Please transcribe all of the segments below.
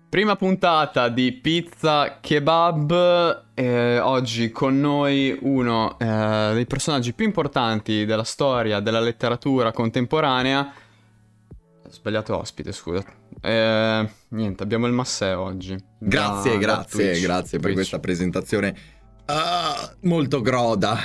Prima puntata di Pizza Kebab, oggi con noi uno dei personaggi più importanti della storia della letteratura contemporanea. Ho sbagliato ospite, scusa. Niente, abbiamo il Masseo oggi. Grazie per Twitch. questa presentazione molto groda.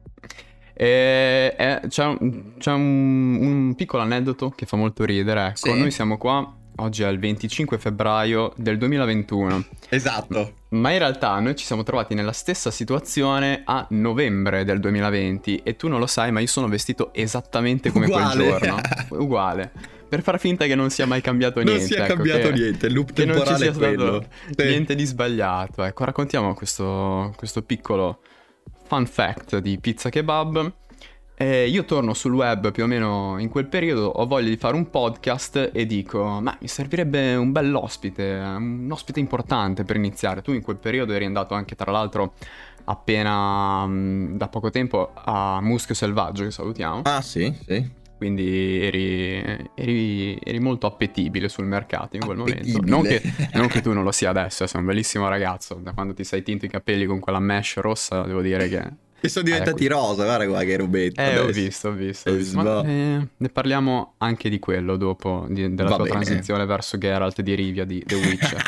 C'è un piccolo aneddoto che fa molto ridere. Ecco, Sì. Noi siamo qua. Oggi è il 25 febbraio del 2021. Esatto. Ma in realtà noi ci siamo trovati nella stessa situazione a novembre del 2020 e tu non lo sai, ma io sono vestito esattamente come quel giorno. Uguale. Per far finta che non sia mai cambiato niente. Non sia ecco, cambiato che- niente, il loop che non ci temporale sia è quello. stato niente di sbagliato. Ecco, raccontiamo questo piccolo fun fact di Pizza Kebab. Io torno sul web più o meno in quel periodo, ho voglia di fare un podcast e dico, ma mi servirebbe un bell'ospite, un ospite importante per iniziare. Tu in quel periodo eri andato anche, tra l'altro, appena da poco tempo a Muschio Selvaggio, che salutiamo. Ah sì. Quindi eri molto appetibile sul mercato in quel momento. Appetibile. Non che tu non lo sia adesso, sei un bellissimo ragazzo. Da quando ti sei tinto i capelli con quella mesh rossa, devo dire che... E sono diventati rosa, guarda qua che robetto. Ho adesso. visto. Ma, ne parliamo anche di quello dopo, della Va tua bene. transizione verso Geralt di Rivia di The Witcher.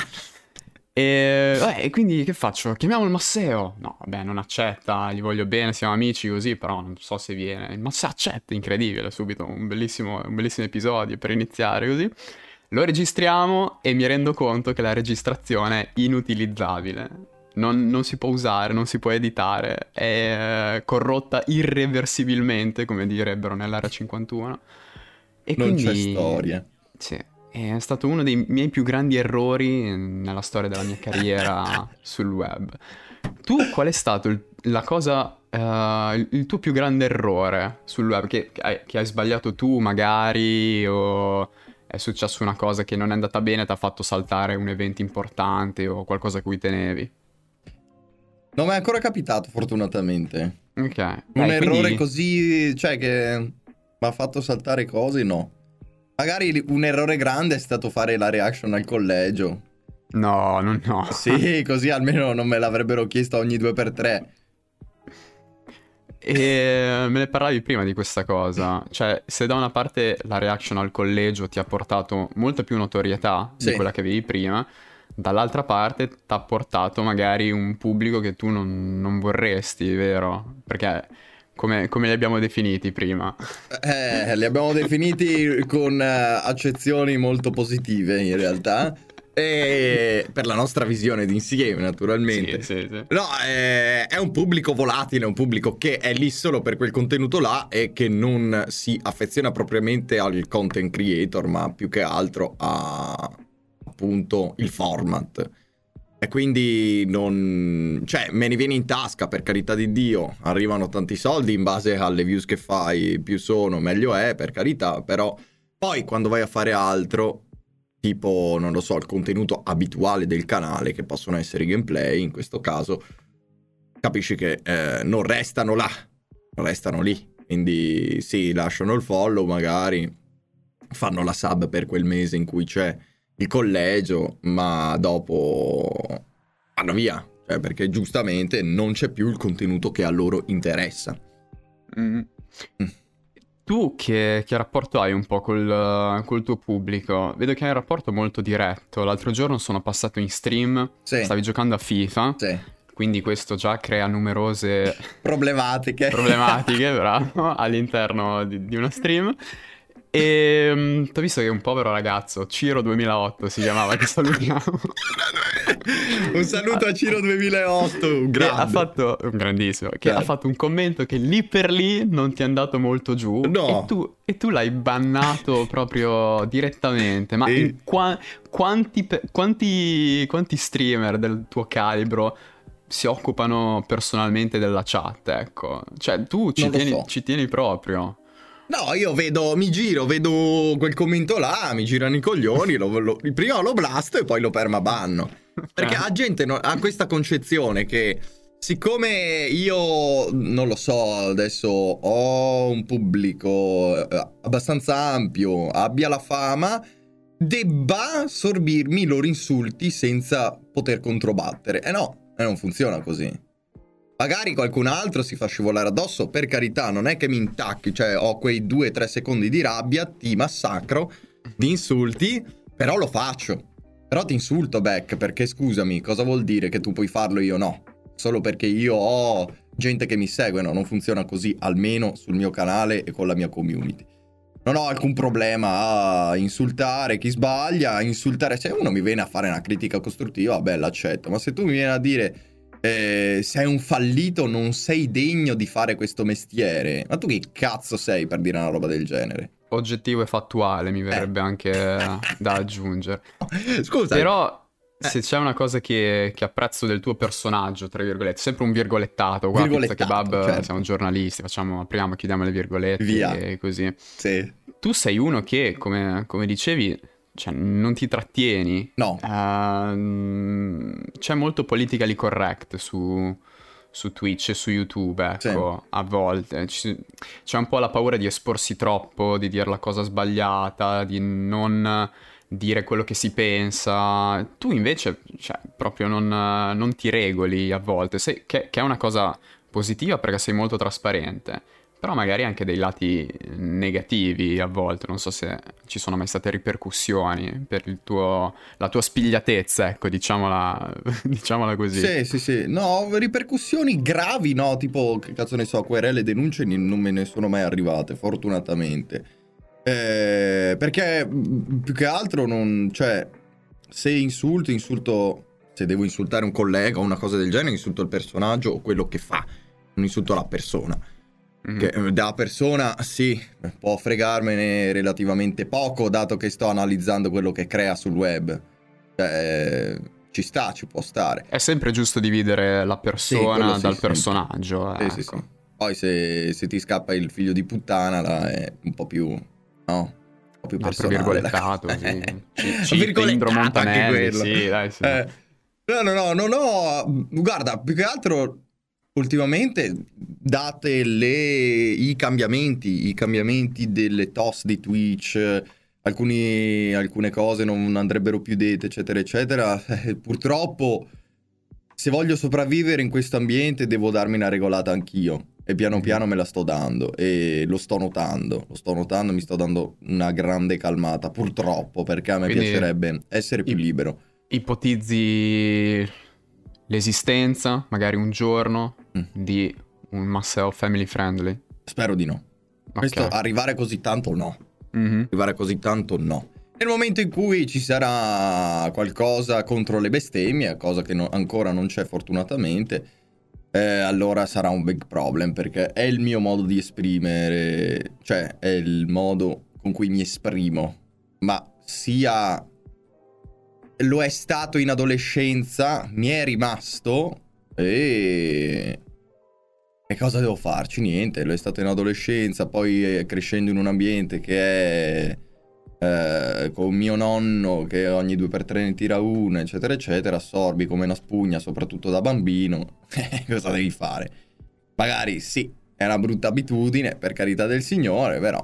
E quindi che faccio? Chiamiamo il Masseo? No, vabbè, non accetta, gli voglio bene, siamo amici così, però non so se viene. Il Masseo accetta, incredibile, subito, un bellissimo episodio per iniziare così. Lo registriamo e mi rendo conto che la registrazione è inutilizzabile. Non si può usare, non si può editare, è corrotta irreversibilmente, come direbbero nell'Area 51. E Non quindi, c'è storia. Sì, è stato uno dei miei più grandi errori nella storia della mia carriera sul web. Tu qual è stato la cosa, il tuo più grande errore sul web? Che hai sbagliato tu magari, o è successo una cosa che non è andata bene e ti ha fatto saltare un evento importante o qualcosa a cui tenevi? Non mi è ancora capitato, fortunatamente. Ok. Un errore quindi... così, cioè che mi ha fatto saltare cose, no. Magari un errore grande è stato fare la reaction al collegio. No. Sì, così almeno non me l'avrebbero chiesto ogni 2x3. E me ne parlavi prima di questa cosa, cioè se da una parte la reaction al collegio ti ha portato molta più notorietà di Sì. quella che avevi prima, dall'altra parte ti ha portato magari un pubblico che tu non vorresti, vero? Perché come li abbiamo definiti prima? Li abbiamo definiti con accezioni molto positive in realtà. E per la nostra visione d'insieme, naturalmente. Sì. No, è un pubblico volatile, è un pubblico che è lì solo per quel contenuto là e che non si affeziona propriamente al content creator, ma più che altro a appunto il format. E quindi non... cioè, me ne viene in tasca, per carità di Dio. Arrivano tanti soldi in base alle views che fai, più sono, meglio è, per carità. Però poi quando vai a fare altro, tipo, non lo so, il contenuto abituale del canale, che possono essere i gameplay, in questo caso, capisci che non restano là, non restano lì. Quindi sì, lasciano il follow magari, fanno la sub per quel mese in cui c'è il collegio, ma dopo vanno via, cioè perché giustamente non c'è più il contenuto che a loro interessa. Mm. Tu che rapporto hai un po' col tuo pubblico? Vedo che hai un rapporto molto diretto. L'altro giorno sono passato in stream, Sì. stavi giocando a FIFA, Sì. quindi questo già crea numerose Problematiche. bravo, all'interno di una stream. E t'ho visto che è un povero ragazzo, Ciro 2008 si chiamava, che salutiamo. Un saluto a Ciro 2008, un Che ha grande. fatto un grandissimo, che Grande. ha fatto un commento che lì per lì non ti è andato molto giù. No. E tu l'hai bannato proprio direttamente. Ma E- quanti streamer del tuo calibro si occupano personalmente della chat, ecco? Cioè tu Non lo so. ci tieni proprio. No, io vedo quel commento là, mi girano i coglioni, prima lo blasto e poi lo permabanno. Perché la gente ha questa concezione che siccome io, non lo so, adesso ho un pubblico abbastanza ampio, abbia la fama, debba sorbirmi i loro insulti senza poter controbattere. No, non funziona così. Magari qualcun altro si fa scivolare addosso, per carità, non è che mi intacchi, cioè ho quei 2-3 secondi di rabbia, ti massacro, di insulti, però lo faccio. Però ti insulto back, perché scusami, cosa vuol dire che tu puoi farlo e io no? Solo perché io ho gente che mi segue, no, non funziona così, almeno sul mio canale e con la mia community. Non ho alcun problema a insultare chi sbaglia, a insultare. Se uno mi viene a fare una critica costruttiva, vabbè, l'accetto. Ma se tu mi vieni a dire sei un fallito, non sei degno di fare questo mestiere, ma tu che cazzo sei per dire una roba del genere? Oggettivo e fattuale, mi verrebbe anche da aggiungere. Scusa. Però se c'è una cosa che apprezzo del tuo personaggio, tra virgolette, sempre un virgolettato, qua a Pizza Kebab, certo. siamo giornalisti, apriamo, chiudiamo le virgolette Via. e così. Sì. Tu sei uno che, come dicevi, cioè, non ti trattieni. No. C'è molto politically correct su Twitch e su YouTube, ecco, Sì. a volte. C'è un po' la paura di esporsi troppo, di dire la cosa sbagliata, di non dire quello che si pensa. Tu invece, cioè, proprio non ti regoli a volte, che è una cosa positiva perché sei molto trasparente. Però magari anche dei lati negativi a volte, non so se ci sono mai state ripercussioni per la tua spigliatezza, ecco, diciamola così. Sì. No, ripercussioni gravi, no, tipo, che cazzo ne so, querele, denunce non me ne sono mai arrivate, fortunatamente. Perché più che altro non, cioè, se insulto, se devo insultare un collega o una cosa del genere, insulto il personaggio o quello che fa, non insulto la persona. Che da persona sì, può fregarmene relativamente poco, dato che sto analizzando quello che crea sul web. Ci può stare. È sempre giusto dividere la persona dal personaggio. Sì. Ecco. Poi se ti scappa il figlio di puttana, là, è un po' più, no? Un po' più personale. Virgolettato, sì. Virgolettato Montanelli, anche quello. sì, dai, sì. No, non ho... Guarda, più che altro... Ultimamente, date i cambiamenti delle TOS di Twitch, alcune cose non andrebbero più dette, eccetera, eccetera. Purtroppo, se voglio sopravvivere in questo ambiente, devo darmi una regolata anch'io. E piano piano me la sto dando e lo sto notando, mi sto dando una grande calmata, purtroppo, perché a me piacerebbe essere più libero. Ipotizzi l'esistenza, magari un giorno, di un Masseo family friendly? Spero di no. Okay. Arrivare così tanto no. Arrivare così tanto no. Nel momento in cui ci sarà qualcosa contro le bestemmie, cosa che ancora non c'è fortunatamente, allora sarà un big problem, perché è il mio modo di esprimere, cioè è il modo con cui mi esprimo, ma sia... Lo è stato in adolescenza, mi è rimasto e cosa devo farci? Niente, lo è stato in adolescenza, poi crescendo in un ambiente che è con mio nonno che ogni 2x3 ne tira una, eccetera, eccetera, assorbi come una spugna, soprattutto da bambino. Cosa devi fare? Magari sì, è una brutta abitudine, per carità del Signore, però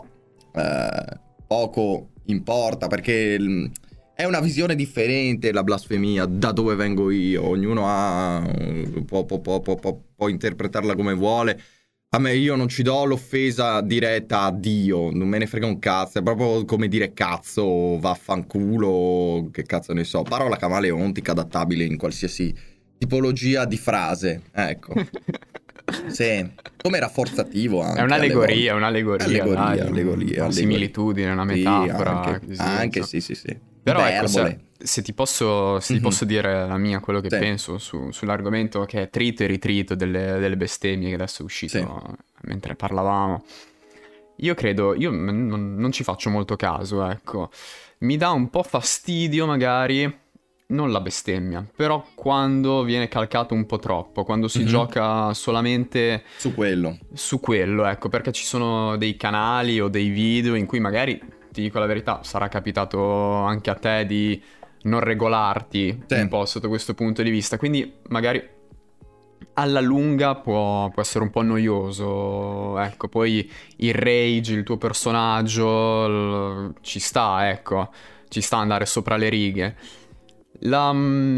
poco importa, perché... È una visione differente la blasfemia da dove vengo io. Ognuno può interpretarla come vuole. A me, io non ci do l'offesa diretta a Dio, non me ne frega un cazzo. È proprio come dire cazzo, vaffanculo, che cazzo ne so. Parola camaleontica adattabile in qualsiasi tipologia di frase. Ecco. Sì, come rafforzativo anche. È un'allegoria. Una similitudine, una metafora. Sì, anche sì. Però ecco, se ti posso dire la mia, quello che penso sull'argomento che è trito e ritrito delle bestemmie che adesso è uscito mentre parlavamo. Io non ci faccio molto caso, ecco. Mi dà un po' fastidio magari, non la bestemmia, però quando viene calcato un po' troppo, quando si gioca solamente su quello, ecco, perché ci sono dei canali o dei video in cui magari... Ti dico la verità, sarà capitato anche a te di non regolarti un po' sotto questo punto di vista, quindi magari alla lunga può essere un po' noioso, ecco, poi il rage, il tuo personaggio ci sta, ecco, ci sta andare sopra le righe. La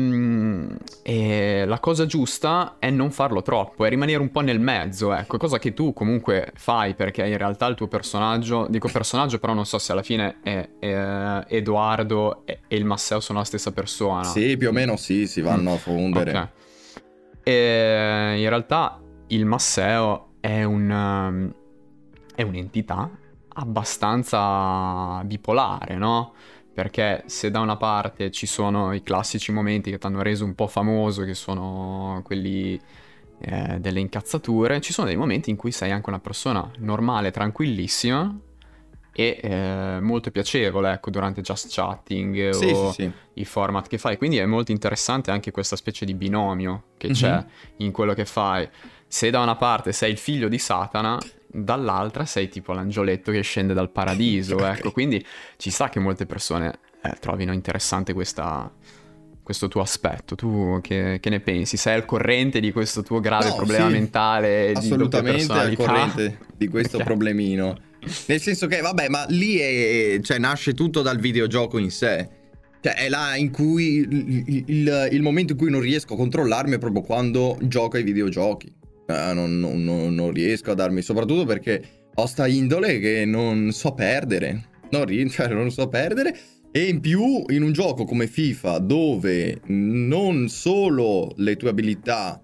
cosa giusta è non farlo troppo, è rimanere un po' nel mezzo, ecco, cosa che tu comunque fai, perché in realtà il tuo personaggio, dico personaggio, però non so se alla fine Edoardo e il Masseo sono la stessa persona. Sì, più o meno sì, si vanno a fondere. Ok. E in realtà il Masseo è un'entità abbastanza bipolare, no? Perché se da una parte ci sono i classici momenti che ti hanno reso un po' famoso, che sono quelli delle incazzature, ci sono dei momenti in cui sei anche una persona normale, tranquillissima e molto piacevole, ecco, durante Just Chatting Sì, o sì, sì. i format che fai. Quindi è molto interessante anche questa specie di binomio che c'è in quello che fai. Se da una parte sei il figlio di Satana, dall'altra sei tipo l'angioletto che scende dal paradiso, ecco. Quindi ci sta che molte persone trovino interessante questo tuo aspetto. Tu che ne pensi? Sei al corrente di questo tuo grave No, problema sì, mentale di doppia assolutamente al personalità? corrente di questo Ok. problemino. Nel senso che, vabbè, ma lì cioè, nasce tutto dal videogioco in sé. Cioè, è là in cui il momento in cui non riesco a controllarmi è proprio quando gioco ai videogiochi. Non riesco a darmi, soprattutto perché ho sta indole che non so perdere. Cioè, non so perdere. E in più, in un gioco come FIFA, dove non solo le tue abilità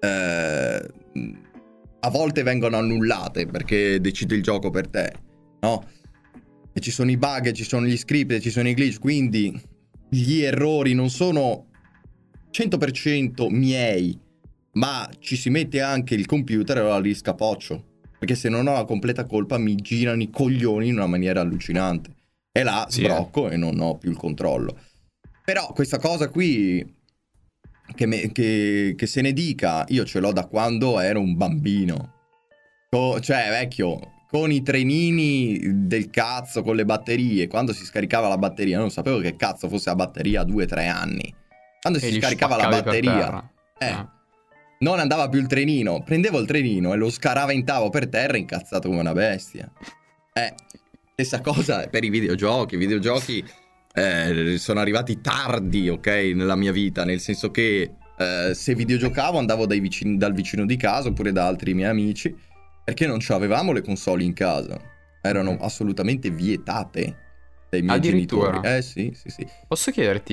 a volte vengono annullate perché decide il gioco per te, no? E ci sono i bug, ci sono gli script, ci sono i glitch, quindi gli errori non sono 100% miei, ma ci si mette anche il computer e allora li scapoccio. Perché se non ho la completa colpa mi girano i coglioni in una maniera allucinante. E là Sì, sbrocco e non ho più il controllo. Però questa cosa qui, che se ne dica, io ce l'ho da quando ero un bambino. Cioè, vecchio, con i trenini del cazzo, con le batterie. Quando si scaricava la batteria, non sapevo che cazzo fosse la batteria a 2-3 anni. Quando e si li scaricava la spaccavi per batteria, terra. non andava più il trenino. Prendevo il trenino e lo scaraventavo per terra incazzato come una bestia. Stessa cosa per i videogiochi. I videogiochi sono arrivati tardi, ok, nella mia vita. Nel senso che se videogiocavo andavo dal vicino di casa oppure da altri miei amici, perché non avevamo le console in casa. Erano assolutamente vietate dai miei Addirittura. genitori. Sì, sì, sì. Posso chiederti,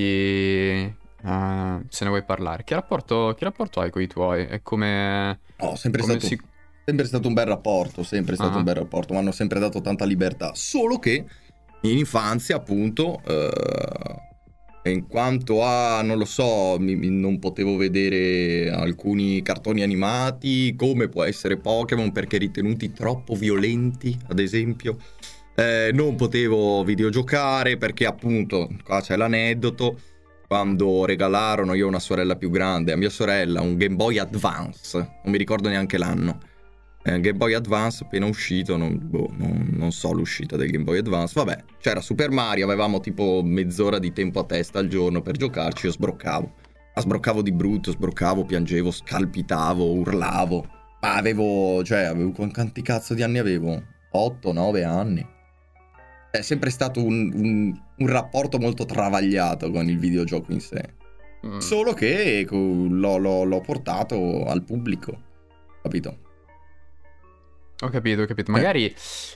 se ne vuoi parlare, che rapporto hai con i tuoi? È come... No, sempre come stato, si... sempre stato un bel rapporto, sempre stato Ah. un bel rapporto, mi hanno sempre dato tanta libertà, solo che in infanzia appunto, in quanto a, non lo so, non potevo vedere alcuni cartoni animati, come può essere Pokémon, perché ritenuti troppo violenti, ad esempio. Non potevo videogiocare perché appunto, qua c'è l'aneddoto, quando regalarono, io ho una sorella più grande, a mia sorella un Game Boy Advance, non mi ricordo neanche l'anno, Game Boy Advance appena uscito, non so l'uscita del Game Boy Advance, vabbè, c'era Super Mario, avevamo tipo mezz'ora di tempo a testa al giorno per giocarci, io sbroccavo, ma sbroccavo di brutto, sbroccavo, piangevo, scalpitavo, urlavo, ma avevo quanti cazzo di anni avevo? 8-9 anni. È sempre stato un rapporto molto travagliato con il videogioco in sé. Solo che l'ho portato al pubblico, capito? Ho capito. Magari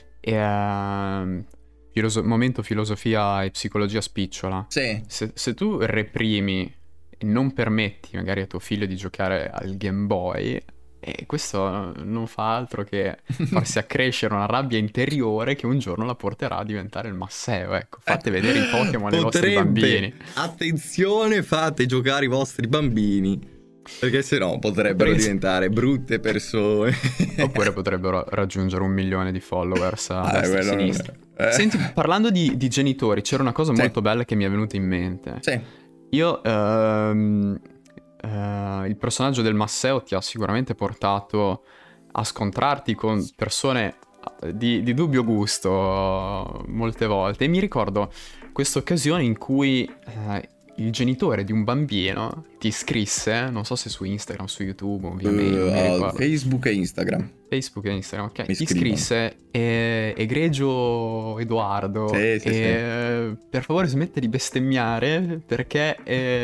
momento filosofia e psicologia spicciola. Sì. Se tu reprimi e non permetti magari a tuo figlio di giocare al Game Boy, questo non fa altro che farsi accrescere una rabbia interiore che un giorno la porterà a diventare il Masseo. Ecco, fate vedere i Pokémon ai vostri bambini. Attenzione, fate giocare i vostri bambini, perché sennò potrebbero diventare brutte persone. Oppure potrebbero raggiungere 1 milione di followers a destra e a sinistra. Eh. Senti, parlando di genitori, c'era una cosa Sì. molto bella che mi è venuta in mente. Sì. Io, il personaggio del Masseo ti ha sicuramente portato a scontrarti con persone di dubbio gusto molte volte. E mi ricordo questa occasione in cui il genitore di un bambino ti scrisse, non so se su Instagram, su YouTube o via mail, non mi ricordo. Facebook e Instagram. Facebook e Instagram, ok. Mi Ti scrivono. scrisse, egregio Edoardo, Sì. per favore smette di bestemmiare perché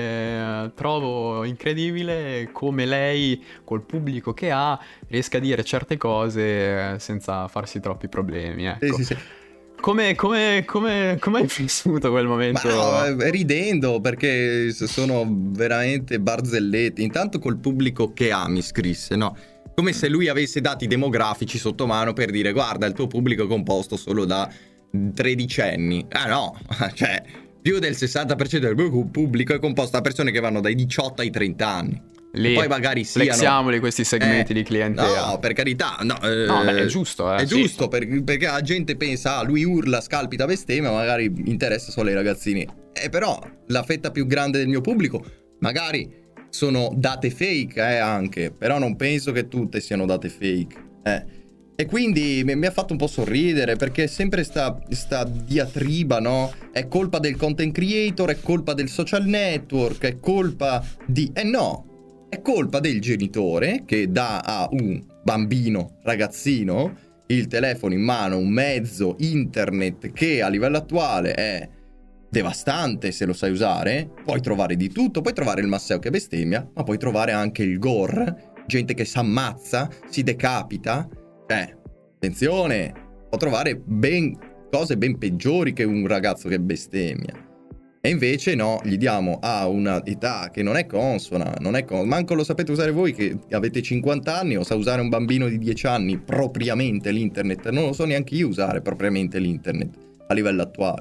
trovo incredibile come lei, col pubblico che ha, riesca a dire certe cose senza farsi troppi problemi, ecco. Sì. Come hai vissuto quel momento? Ma no, ridendo, perché sono veramente barzellette. Intanto col pubblico che ha mi scrisse, no? Come se lui avesse dati demografici sotto mano per dire: guarda, il tuo pubblico è composto solo da tredicenni. Ah no, cioè più del 60% del mio pubblico è composto da persone che vanno dai 18 ai 30 anni. Lì, E poi magari siano... flexiamoli questi segmenti di clientela. No, per carità, no. No, beh, è giusto, È sì. giusto, perché la gente pensa, lui urla, scalpita, bestemmia, magari interessa solo ai ragazzini. Però la fetta più grande del mio pubblico, magari sono date fake, anche. Però non penso che tutte siano date fake, E quindi mi ha fatto un po' sorridere, perché è sempre sta diatriba, no? È colpa del content creator, è colpa del social network, è colpa di... no! È colpa del genitore che dà a un bambino, ragazzino, il telefono in mano, un mezzo internet che a livello attuale è devastante se lo sai usare. Puoi trovare di tutto, puoi trovare il Masseo che bestemmia, ma puoi trovare anche il gore, gente che si ammazza, si decapita. Attenzione, può trovare cose ben peggiori che un ragazzo che bestemmia. E invece no, gli diamo a una età che non è consona, manco lo sapete usare voi che avete 50 anni, o sa usare un bambino di 10 anni propriamente l'internet. Non lo so neanche io usare propriamente l'internet a livello attuale.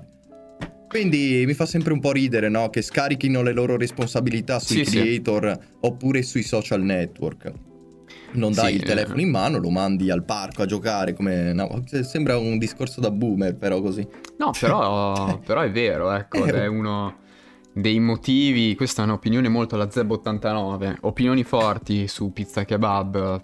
Quindi mi fa sempre un po' ridere, no? Che scarichino le loro responsabilità sui creator oppure sui social network. Non dai il telefono in mano, lo mandi al parco a giocare come... No, sembra un discorso da boomer, però così. No, però è vero, ecco, ed è uno dei motivi, questa è un'opinione molto alla Zeb89, opinioni forti su pizza kebab,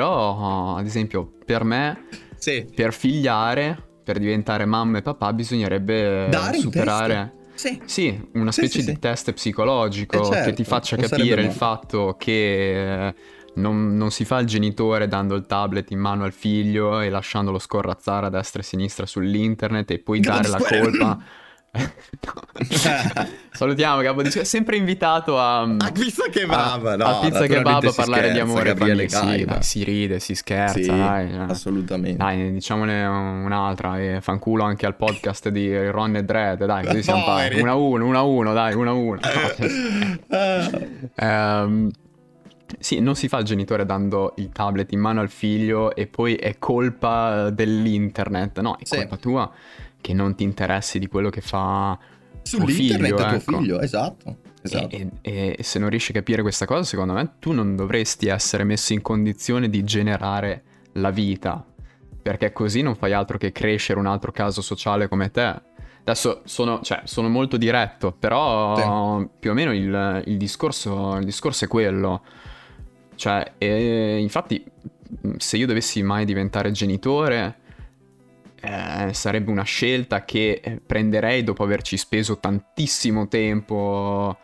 però ad esempio per me, per figliare, per diventare mamma e papà bisognerebbe superare... Sì, una specie di test psicologico che ti faccia capire il fatto che... Non si fa il genitore dando il tablet in mano al figlio e lasciandolo scorrazzare a destra e a sinistra sull'internet e poi dare la colpa. Salutiamo Gabbo, è sempre invitato a pizza kebab, a pizza kebab a parlare di amore. Sì, dai, si ride, si scherza, sì, dai. Assolutamente. Dai, diciamone un'altra e fanculo anche al podcast di Ron e Dredd, dai, così siamo pari. 1-1, dai, 1-1. Sì, non si fa il genitore dando il tablet in mano al figlio e poi è colpa dell'internet. No, è colpa tua che non ti interessi di quello che fa sull'internet tuo figlio, tuo figlio, esatto. E se non riesci a capire questa cosa, secondo me tu non dovresti essere messo in condizione di generare la vita, perché così non fai altro che crescere un altro caso sociale come te. Adesso sono molto diretto, però più o meno il discorso è quello. Cioè, infatti, se io dovessi mai diventare genitore, sarebbe una scelta che prenderei dopo averci speso tantissimo tempo.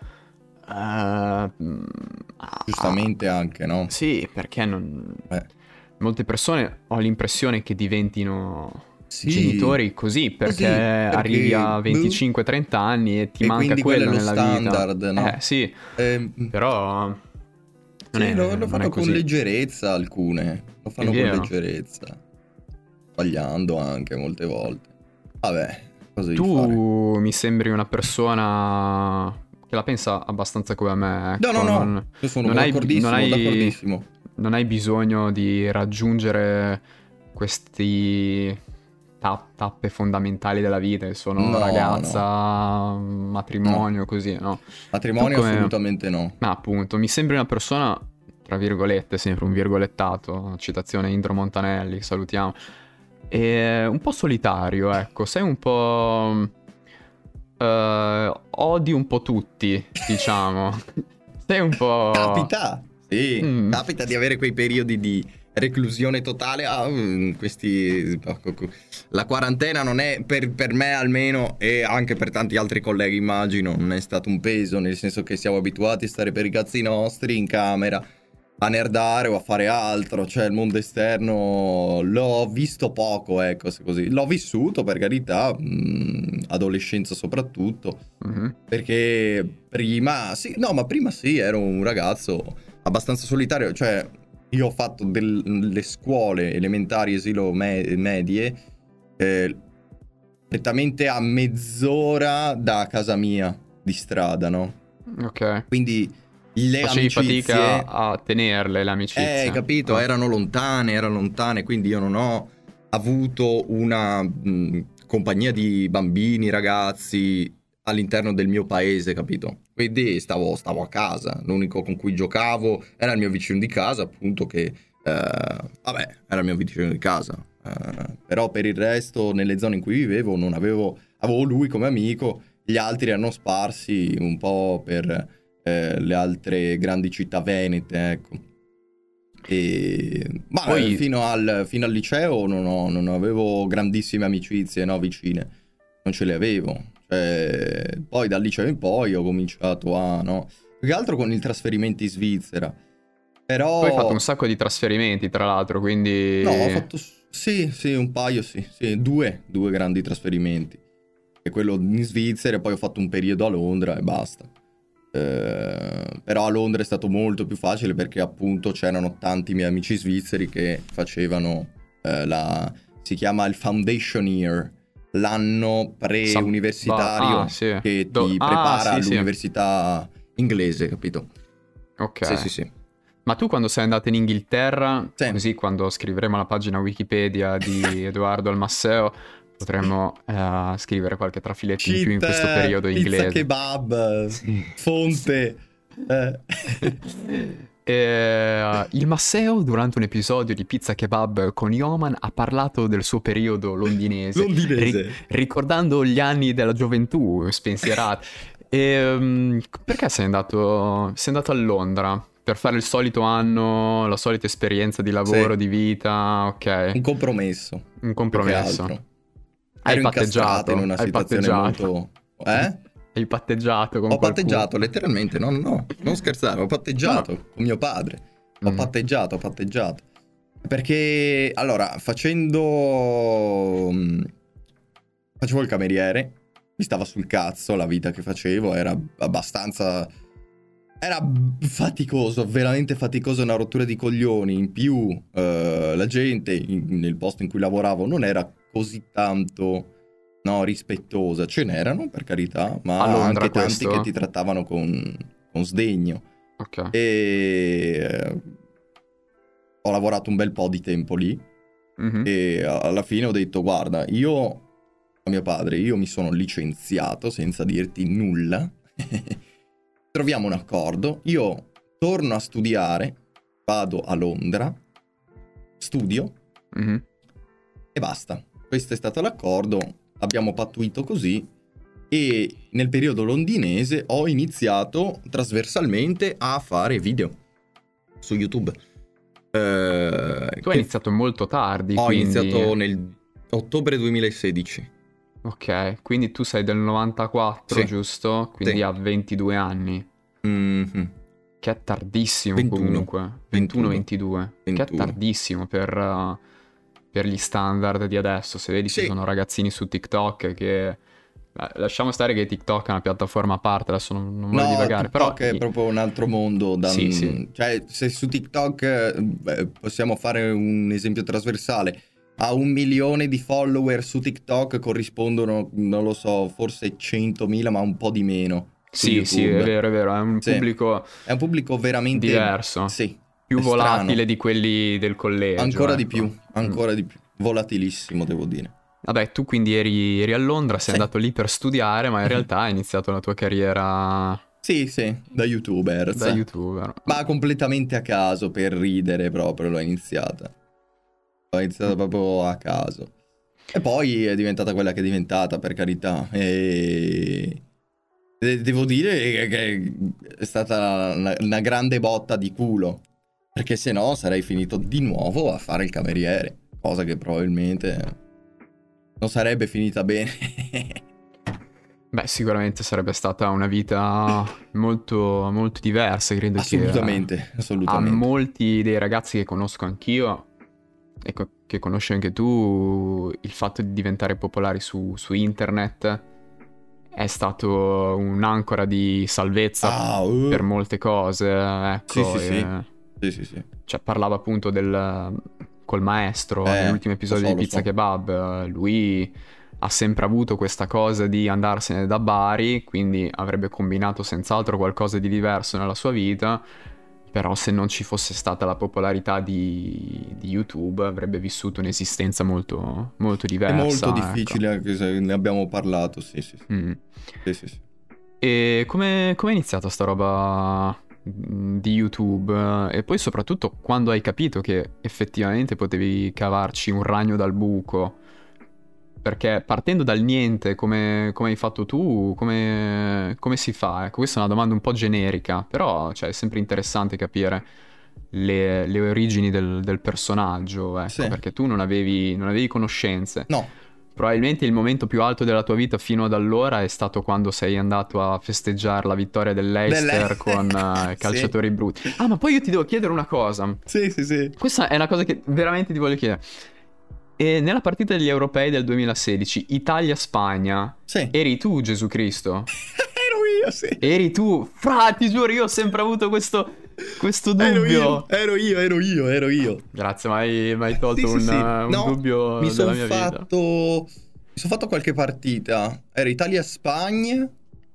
Giustamente anche, no? Sì, perché molte persone ho l'impressione che diventino genitori così, perché arrivi a 25-30 anni e ti manca quello nella standard, vita. No? Sì, però... lo fanno con leggerezza alcune. Lo fanno con leggerezza. Sbagliando anche molte volte. Vabbè, cosa devi fare? Tu mi sembri una persona che la pensa abbastanza come me. Ecco. No. Io sono d'accordissimo. Non hai bisogno di raggiungere questi tappe fondamentali della vita, che sono ragazza, matrimonio, così, no? Matrimonio assolutamente no. Ma appunto, mi sembri una persona, tra virgolette, sempre un virgolettato, citazione Indro Montanelli, salutiamo, e un po' solitario, ecco, sei un po'... odi un po' tutti, diciamo. Sei un po'... Capita di avere quei periodi di reclusione totale. La quarantena non è, per me almeno, e anche per tanti altri colleghi immagino, non è stato un peso, nel senso che siamo abituati a stare per i cazzi nostri in camera, a nerdare o a fare altro. Cioè il mondo esterno l'ho visto poco, ecco, se così. L'ho vissuto, per carità, adolescenza soprattutto, perché prima sì, ero un ragazzo abbastanza solitario. Cioè io ho fatto delle scuole elementari, esilo, medie, prettamente a mezz'ora da casa mia, di strada, no? Ok. Quindi le Facevi amicizie, fatica a tenerle le amicizie. capito, erano lontane, quindi io non ho avuto una compagnia di bambini, ragazzi all'interno del mio paese, capito? Quindi stavo a casa, l'unico con cui giocavo era il mio vicino di casa, appunto, che era il mio vicino di casa. Però per il resto, nelle zone in cui vivevo, non avevo lui come amico, gli altri erano sparsi un po' per le altre grandi città venete, ecco. Ma Poi- fino al liceo non avevo grandissime amicizie, no, vicine, non ce le avevo. Poi dal liceo in poi ho cominciato più che altro con il trasferimento in Svizzera. Però Poi hai fatto un sacco di trasferimenti, tra l'altro, quindi... no, ho fatto sì, un paio, sì, due grandi trasferimenti. E quello in Svizzera, e poi ho fatto un periodo a Londra e basta. Però a Londra è stato molto più facile perché appunto c'erano tanti miei amici svizzeri che facevano si chiama il Foundation Year, l'anno pre-universitario sì. che ti prepara sì, sì. all'università inglese, capito? Ok. Sì. Ma tu quando sei andato in Inghilterra, Sì. così quando scriveremo la pagina Wikipedia di Edoardo Almasseo, potremmo scrivere qualche trafiletto in più in questo periodo pizza inglese. kebab, Sì. fonte. Il Masseo, durante un episodio di Pizza Kebab con Yoman, ha parlato del suo periodo londinese, ricordando gli anni della gioventù spensierata. Perché sei andato a Londra? Per fare il solito anno, la solita esperienza di lavoro, Sì. di vita, ok. Un compromesso. Un Più che compromesso. altro. Hai Ero incastrato patteggiato, in una hai situazione patteggiato. molto... Hai patteggiato con Ho qualcuno. patteggiato letteralmente, no, non scherzare, ho patteggiato con mio padre. Ho patteggiato. Perché, allora, facevo il cameriere, mi stava sul cazzo la vita che facevo, era abbastanza... Era faticoso, veramente faticoso, una rottura di coglioni. In più, la gente nel posto in cui lavoravo non era così tanto... No, rispettosa, ce n'erano per carità, ma A Londra anche tanti questo? che ti trattavano con sdegno. Ok. E ho lavorato un bel po' di tempo lì e alla fine ho detto: guarda, io a mio padre, io mi sono licenziato senza dirti nulla. Troviamo un accordo, io torno a studiare, vado a Londra, studio e basta. Questo è stato l'accordo. Abbiamo pattuito così e nel periodo londinese ho iniziato trasversalmente a fare video su YouTube. Tu hai iniziato molto tardi, Ho quindi... iniziato nel ottobre 2016. Ok, quindi tu sei del 94, Sì. Giusto? Quindi Sì. ha 22 anni. Mm-hmm. Che è tardissimo 21. comunque. 21-22. Che è 21. tardissimo per gli standard di adesso. Se vedi, ci Sì. sono ragazzini su TikTok che... Lasciamo stare che TikTok è una piattaforma a parte, adesso non voglio divagare, TikTok però... è proprio un altro mondo. Sì. Cioè, se su TikTok possiamo fare un esempio trasversale. A 1 milione di follower su TikTok corrispondono, non lo so, forse 100.000, ma un po' di meno. Sì, è vero, è un pubblico... È un pubblico veramente... diverso. Sì. Più volatile strano. di quelli del collegio. Ancora di ecco. più. Volatilissimo, devo dire. Vabbè, tu quindi eri a Londra, sei Sì. andato lì per studiare, ma in realtà hai iniziato la tua carriera... Sì, da YouTuber. Da YouTuber. Ma completamente a caso, per ridere proprio, l'ho iniziata. L'ho iniziata proprio a caso. E poi è diventata quella che è diventata, per carità. E... devo dire che è stata una grande botta di culo. Perché se no sarei finito di nuovo a fare il cameriere, cosa che probabilmente non sarebbe finita bene. Beh, sicuramente sarebbe stata una vita molto, molto diversa, credo Assolutamente, che a assolutamente. molti dei ragazzi che conosco anch'io, e che conosci anche tu, il fatto di diventare popolari su internet è stato un'ancora di salvezza Ah, per molte cose, sì, ecco, sì, sì. Sì, sì, sì. cioè parlava appunto col maestro nell'ultimo episodio di Lo Pizza so. Kebab, lui ha sempre avuto questa cosa di andarsene da Bari, quindi avrebbe combinato senz'altro qualcosa di diverso nella sua vita, però se non ci fosse stata la popolarità di YouTube avrebbe vissuto un'esistenza molto, molto È molto diversa, ecco. difficile, anche se ne abbiamo parlato, sì, sì, sì. Mm. Sì, sì, sì. E come è iniziata sta roba di YouTube? E poi soprattutto quando hai capito che effettivamente potevi cavarci un ragno dal buco? Perché partendo dal niente, come hai fatto tu, come si fa? Ecco, questa è una domanda un po' generica, però cioè, è sempre interessante capire le origini del personaggio, ecco, Sì. perché tu non avevi conoscenze. No. Probabilmente il momento più alto della tua vita fino ad allora è stato quando sei andato a festeggiare la vittoria dell'Leicester con Sì. calciatori brutti. Ah, ma poi io ti devo chiedere una cosa. Sì, sì, sì. Questa è una cosa che veramente ti voglio chiedere. E nella partita degli europei del 2016, Italia-Spagna, Sì. eri tu Gesù Cristo? Ero io, sì. Eri tu? Fra, ti giuro, io ho sempre avuto questo Ero io, dubbio. ero io. Grazie, mi hai Sì, tolto sì, sì. un No, dubbio mi della sono mia vita. fatto... Mi sono fatto qualche partita. Era Italia-Spagna.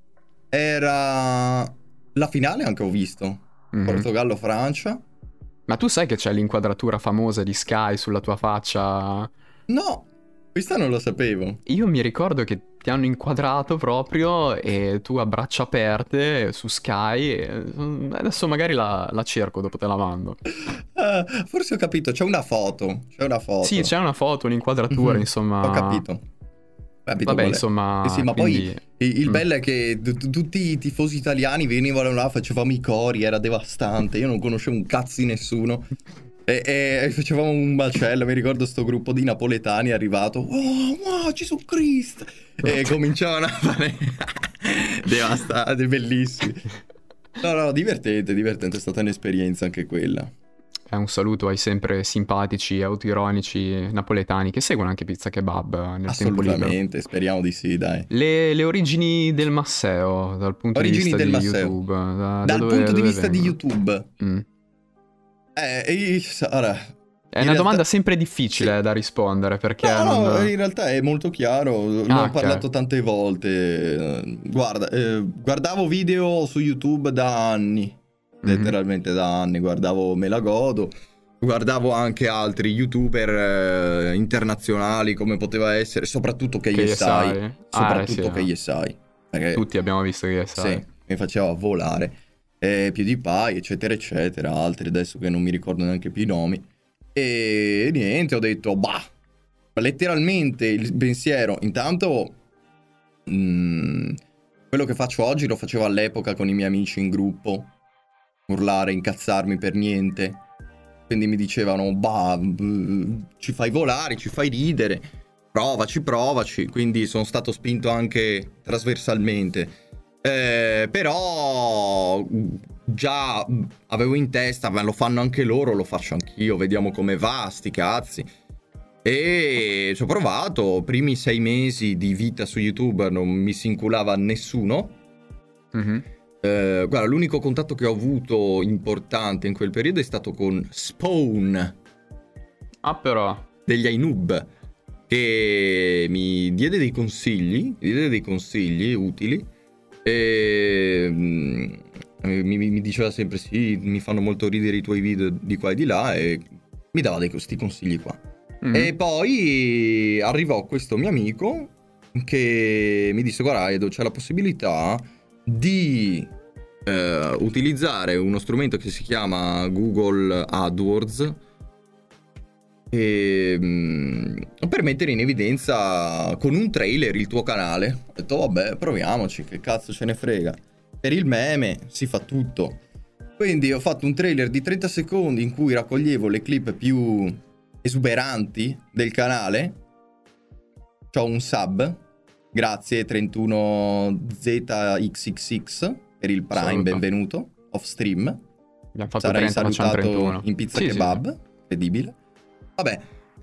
Era... La finale anche ho visto. Mhm. Portogallo-Francia. Ma tu sai che c'è l'inquadratura famosa di Sky sulla tua faccia? No, questa non lo sapevo. Io mi ricordo che ti hanno inquadrato proprio e tu a braccia aperte su Sky. Adesso magari la cerco, dopo te la mando. Ah, forse ho capito, c'è una foto. C'è una Sì, foto. c'è una foto, un'inquadratura, Mhm, ho insomma. capito. Capito Vabbè, qual è? Sì, insomma, ma poi quindi. il Mm. bello è che tutti i tifosi italiani venivano là, facevamo i cori, era devastante. Io non conoscevo un cazzo di nessuno. E facevamo un macello. Mi ricordo sto gruppo di napoletani è arrivato. Oh, Gesù Cristo! E cominciavano a fare. Devastante, bellissimi. No, divertente, divertente. È stata un'esperienza anche quella. Un saluto ai sempre simpatici, autoironici napoletani che seguono anche Pizza Kebab nel tempo libero. Assolutamente, speriamo di sì, dai. Le origini del Masseo dal punto di Origini vista del di Masseo. YouTube, da Dal dove, punto di dove vista di vengono? YouTube. Mm. Ora, È in una domanda realtà, sempre difficile sì. da rispondere perché No, non. in realtà è molto chiaro, ne Ah, ho ok. parlato tante volte. Guarda, guardavo video su YouTube da anni, Mhm. letteralmente da anni, guardavo Me la godo, guardavo anche altri YouTuber internazionali come poteva essere, soprattutto Che KSI, sai? Ah, sì, soprattutto KSI, perché tutti abbiamo visto che sai. sì, mi faceva volare. PewDiePie, eccetera, eccetera, altri adesso che non mi ricordo neanche più i nomi. E niente, ho detto, bah, letteralmente il pensiero, intanto quello che faccio oggi lo facevo all'epoca con i miei amici in gruppo, urlare, incazzarmi per niente. Quindi mi dicevano, bah, ci fai volare, ci fai ridere, provaci. Quindi sono stato spinto anche trasversalmente. Però già avevo in testa, ma lo fanno anche loro, lo faccio anch'io, vediamo come va, sti cazzi. E ci ho provato, primi 6 mesi di vita su YouTube non mi si inculava nessuno. Mhm. Guarda, l'unico contatto che ho avuto importante in quel periodo è stato con Spawn Ah, però. degli Ainub, che mi diede dei consigli utili. E mi diceva sempre sì, mi fanno molto ridere i tuoi video di qua e di là, e mi dava questi consigli qua. Mhm. E poi arrivò questo mio amico che mi disse, guarda Edo, c'è la possibilità di utilizzare uno strumento che si chiama Google AdWords per mettere in evidenza con un trailer il tuo canale. Ho detto vabbè, proviamoci, che cazzo ce ne frega. Per il meme si fa tutto. Quindi ho fatto un trailer di 30 secondi in cui raccoglievo le clip più esuberanti del canale. C'ho un sub, grazie 31ZXXX per il Prime, Saluto. benvenuto, off stream. Abbiamo fatto Sarai 30, facciamo salutato 31. in pizza Sì, kebab, sì. incredibile. Vabbè,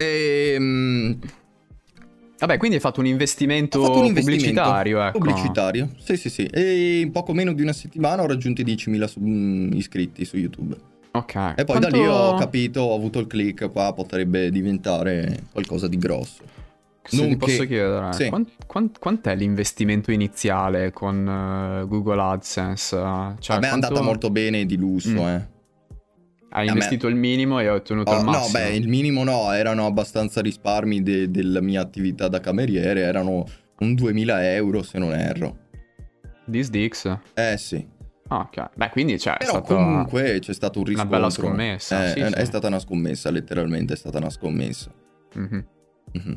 Vabbè, quindi hai fatto un investimento ho fatto un investimento pubblicitario, ecco. pubblicitario, sì. E in poco meno di una settimana ho raggiunto i 10.000 iscritti su YouTube. Ok. E poi da lì ho capito, ho avuto il click, qua potrebbe diventare qualcosa di grosso. Se Non ti posso che- chiedere, sì. quant'è l'investimento iniziale con Google AdSense? Cioè, A me è andata molto bene di lusso, Hai a me- investito il minimo e hai ottenuto il No, massimo? beh, il minimo no, erano abbastanza risparmi della mia attività da cameriere, erano un 2.000 euro se non erro. Disdix? Sì. Ah, ok. Beh, quindi cioè, è Però stato comunque c'è stato un una riscontro. bella scommessa. Sì, È sì. stata una scommessa, letteralmente è stata una scommessa. Mhm. Mhm.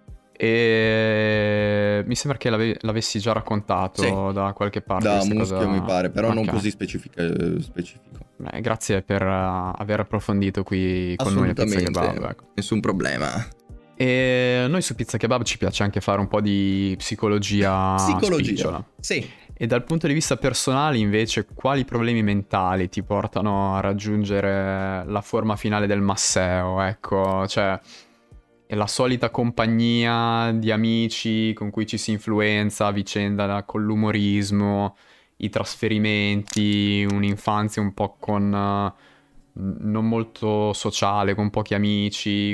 E mi sembra che l'avessi già raccontato Sì. da qualche parte. Da questa muschio cosa. mi pare, però non Ok. così specifico. Beh, grazie per aver approfondito qui con noi a Pizza Assolutamente, Kebab. Ecco. nessun problema. E noi su Pizza Kebab ci piace anche fare un po' di psicologia spicciola. Sì. E dal punto di vista personale, invece, quali problemi mentali ti portano a raggiungere la forma finale del masseo? Ecco, cioè, è la solita compagnia di amici con cui ci si influenza a vicenda con l'umorismo, i trasferimenti, un'infanzia un po' con non molto sociale, con pochi amici.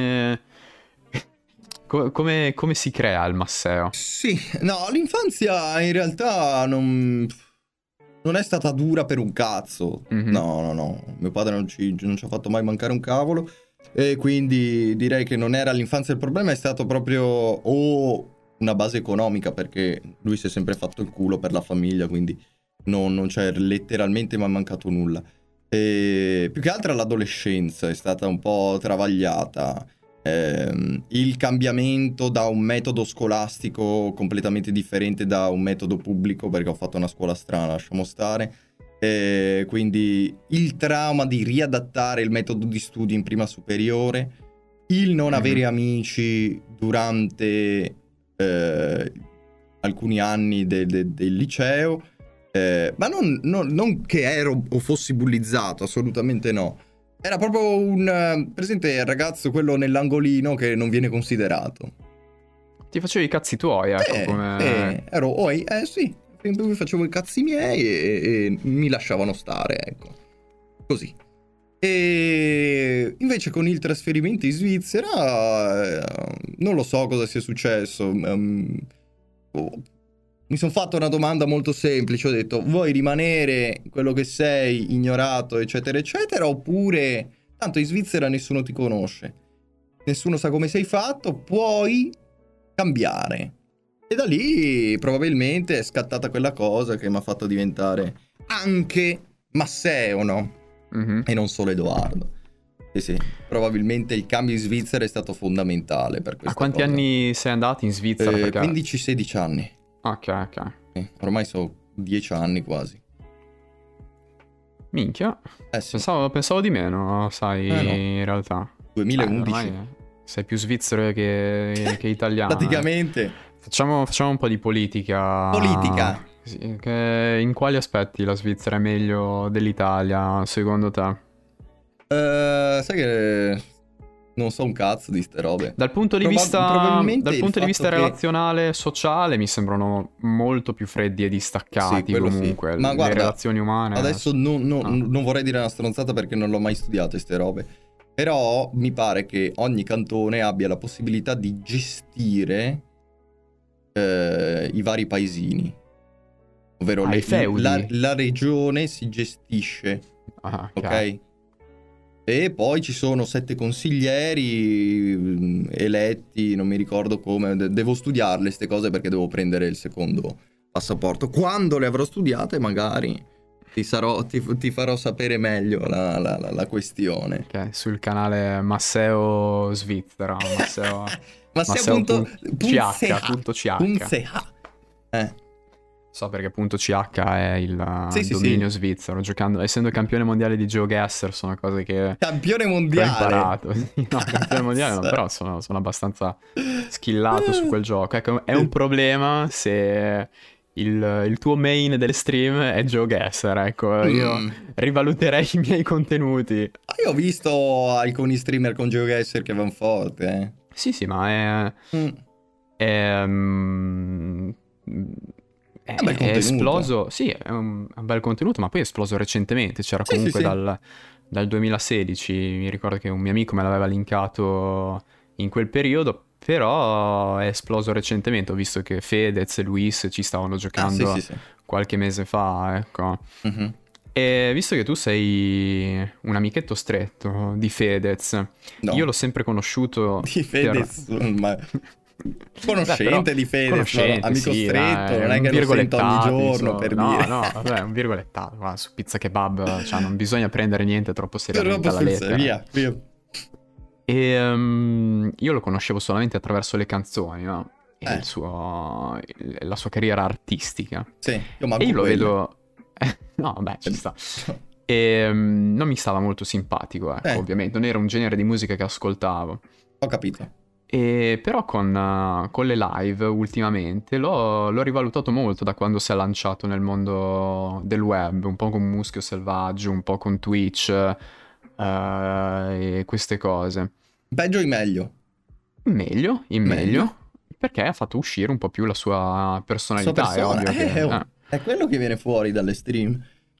Come si crea il masseo? Sì, no, l'infanzia in realtà non è stata dura per un cazzo. Mhm. No. Mio padre non ci ha fatto mai mancare un cavolo. E quindi direi che non era l'infanzia il problema, è stato proprio una base economica, perché lui si è sempre fatto il culo per la famiglia, quindi non c'è letteralmente mai mancato nulla. E più che altro l'adolescenza è stata un po' travagliata. Il cambiamento da un metodo scolastico completamente differente da un metodo pubblico, perché ho fatto una scuola strana, lasciamo stare. Quindi il trauma di riadattare il metodo di studio in prima superiore, il non avere amici durante alcuni anni del liceo, ma non che ero o fossi bullizzato, assolutamente no. Era proprio presente il ragazzo, quello nell'angolino che non viene considerato. Ti facevi i cazzi tuoi, ecco, come... Ero, sì, facevo i cazzi miei e mi lasciavano stare, ecco. Così. E invece con il trasferimento in Svizzera, non lo so cosa sia successo. Mi sono fatto una domanda molto semplice, ho detto: vuoi rimanere quello che sei, ignorato, eccetera, eccetera, oppure tanto in Svizzera nessuno ti conosce, nessuno sa come sei fatto, puoi cambiare. E da lì probabilmente è scattata quella cosa che mi ha fatto diventare anche Masseo, no? Mhm. E non solo Edoardo. Sì, probabilmente il cambio in Svizzera è stato fondamentale per questa A quanti cosa. anni sei andato in Svizzera? Perché... 15-16 anni. Ok. Sì, ormai sono 10 anni quasi. Minchia. Sì. Pensavo di meno, sai, No. in realtà. 2011. Ormai sei più svizzero che italiano. Praticamente. Facciamo un po' di politica. Politica. Sì, in quali aspetti la Svizzera è meglio dell'Italia, secondo te? Sai che non so un cazzo di ste robe. Dal punto di vista che... relazionale, sociale, mi sembrano molto più freddi e distaccati, Sì, quello comunque. sì. Ma Le guarda, relazioni umane. adesso non vorrei dire una stronzata perché non l'ho mai studiato ste robe. Però mi pare che ogni cantone abbia la possibilità di gestire i vari paesini. Ovvero i feudi. la regione si gestisce. Ok? E poi ci sono 7 consiglieri eletti, non mi ricordo come. Devo studiarle ste cose perché devo prendere il secondo passaporto. Quando le avrò studiate magari ti farò sapere meglio la questione. Ok, sul canale Masseo Svizzera. Masseo.ch. So perché appunto CH è il Sì, sì, dominio sì. svizzero, giocando, essendo campione mondiale di GeoGuessr, sono cose Campione che ho mondiale. imparato. Sì, no, campione mondiale no, Cazzo. però sono abbastanza skillato su quel gioco. Ecco, è un problema se il tuo main delle stream è GeoGuessr, ecco, io Mm. rivaluterei i miei contenuti. Io ho visto alcuni streamer con GeoGuessr che vanno forte, Sì, sì, ma è... Mm. È, mm, È bel è contenuto. esploso, sì, è un bel contenuto, ma poi è esploso recentemente, c'era Sì, sì, comunque sì. dal 2016, mi ricordo che un mio amico me l'aveva linkato in quel periodo, però è esploso recentemente, ho visto che Fedez e Luis ci stavano Ah, sì, sì, giocando sì. qualche mese fa, ecco. Mhm. E visto che tu sei un amichetto stretto di Fedez, io No, l'ho sempre conosciuto di per... Fedez, ma Beh, però, conoscente di Fedez, ma no, conoscente, amico sì, stretto, dai, non è un che lo sento ogni virgolettato, giorno insomma. per No, dire. no, vabbè, un virgolettato, guarda, su pizza kebab, cioè, non bisogna prendere niente troppo seriamente Troppo alla sul serio, lettera. via, via. E io lo conoscevo solamente attraverso le canzoni, no? E Eh, la sua carriera artistica. sì, io E io manco lo quelle. vedo... No, beh, ci sta. E non mi stava molto simpatico, ecco, Eh, ovviamente. Non era un genere di musica che ascoltavo. ho capito. E però con le live ultimamente l'ho rivalutato molto da quando si è lanciato nel mondo del web, un po' con Muschio Selvaggio, un po' con Twitch e queste cose. Peggio o meglio? In Meglio. meglio, perché ha fatto uscire un po' più la sua La sua personalità, è persona. ovvio che... Oh, è quello che viene fuori dalle stream.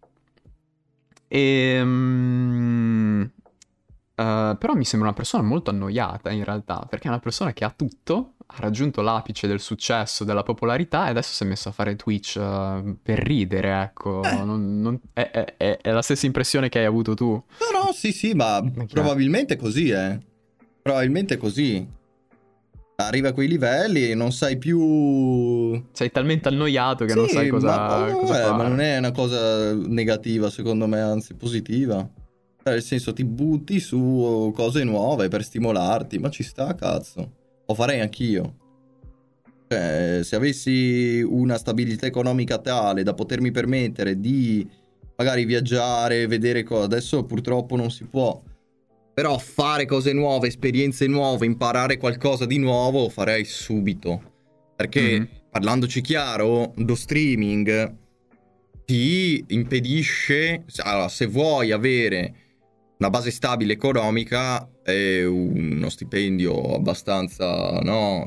Però mi sembra una persona molto annoiata in realtà, perché è una persona che ha tutto, ha raggiunto l'apice del successo, della popolarità e adesso si è messo a fare Twitch per ridere, ecco. Eh, È la stessa impressione che hai avuto tu. no, no, sì, sì, ma Ok. probabilmente così, eh. Probabilmente così. Arriva a quei livelli e non sai più... Sei talmente annoiato che non sai Sì, cosa ma non fare. è una cosa negativa, secondo me, anzi positiva. Nel senso, ti butti su cose nuove per stimolarti, ma ci sta, cazzo. Lo farei anch'io. Cioè, se avessi una stabilità economica tale da potermi permettere di magari viaggiare, vedere cose, adesso purtroppo non si può. Però fare cose nuove, esperienze nuove, imparare qualcosa di nuovo, lo farei subito. Mhm. Perché, parlandoci chiaro, lo streaming ti impedisce, allora, se vuoi avere una base stabile economica e uno stipendio abbastanza, no,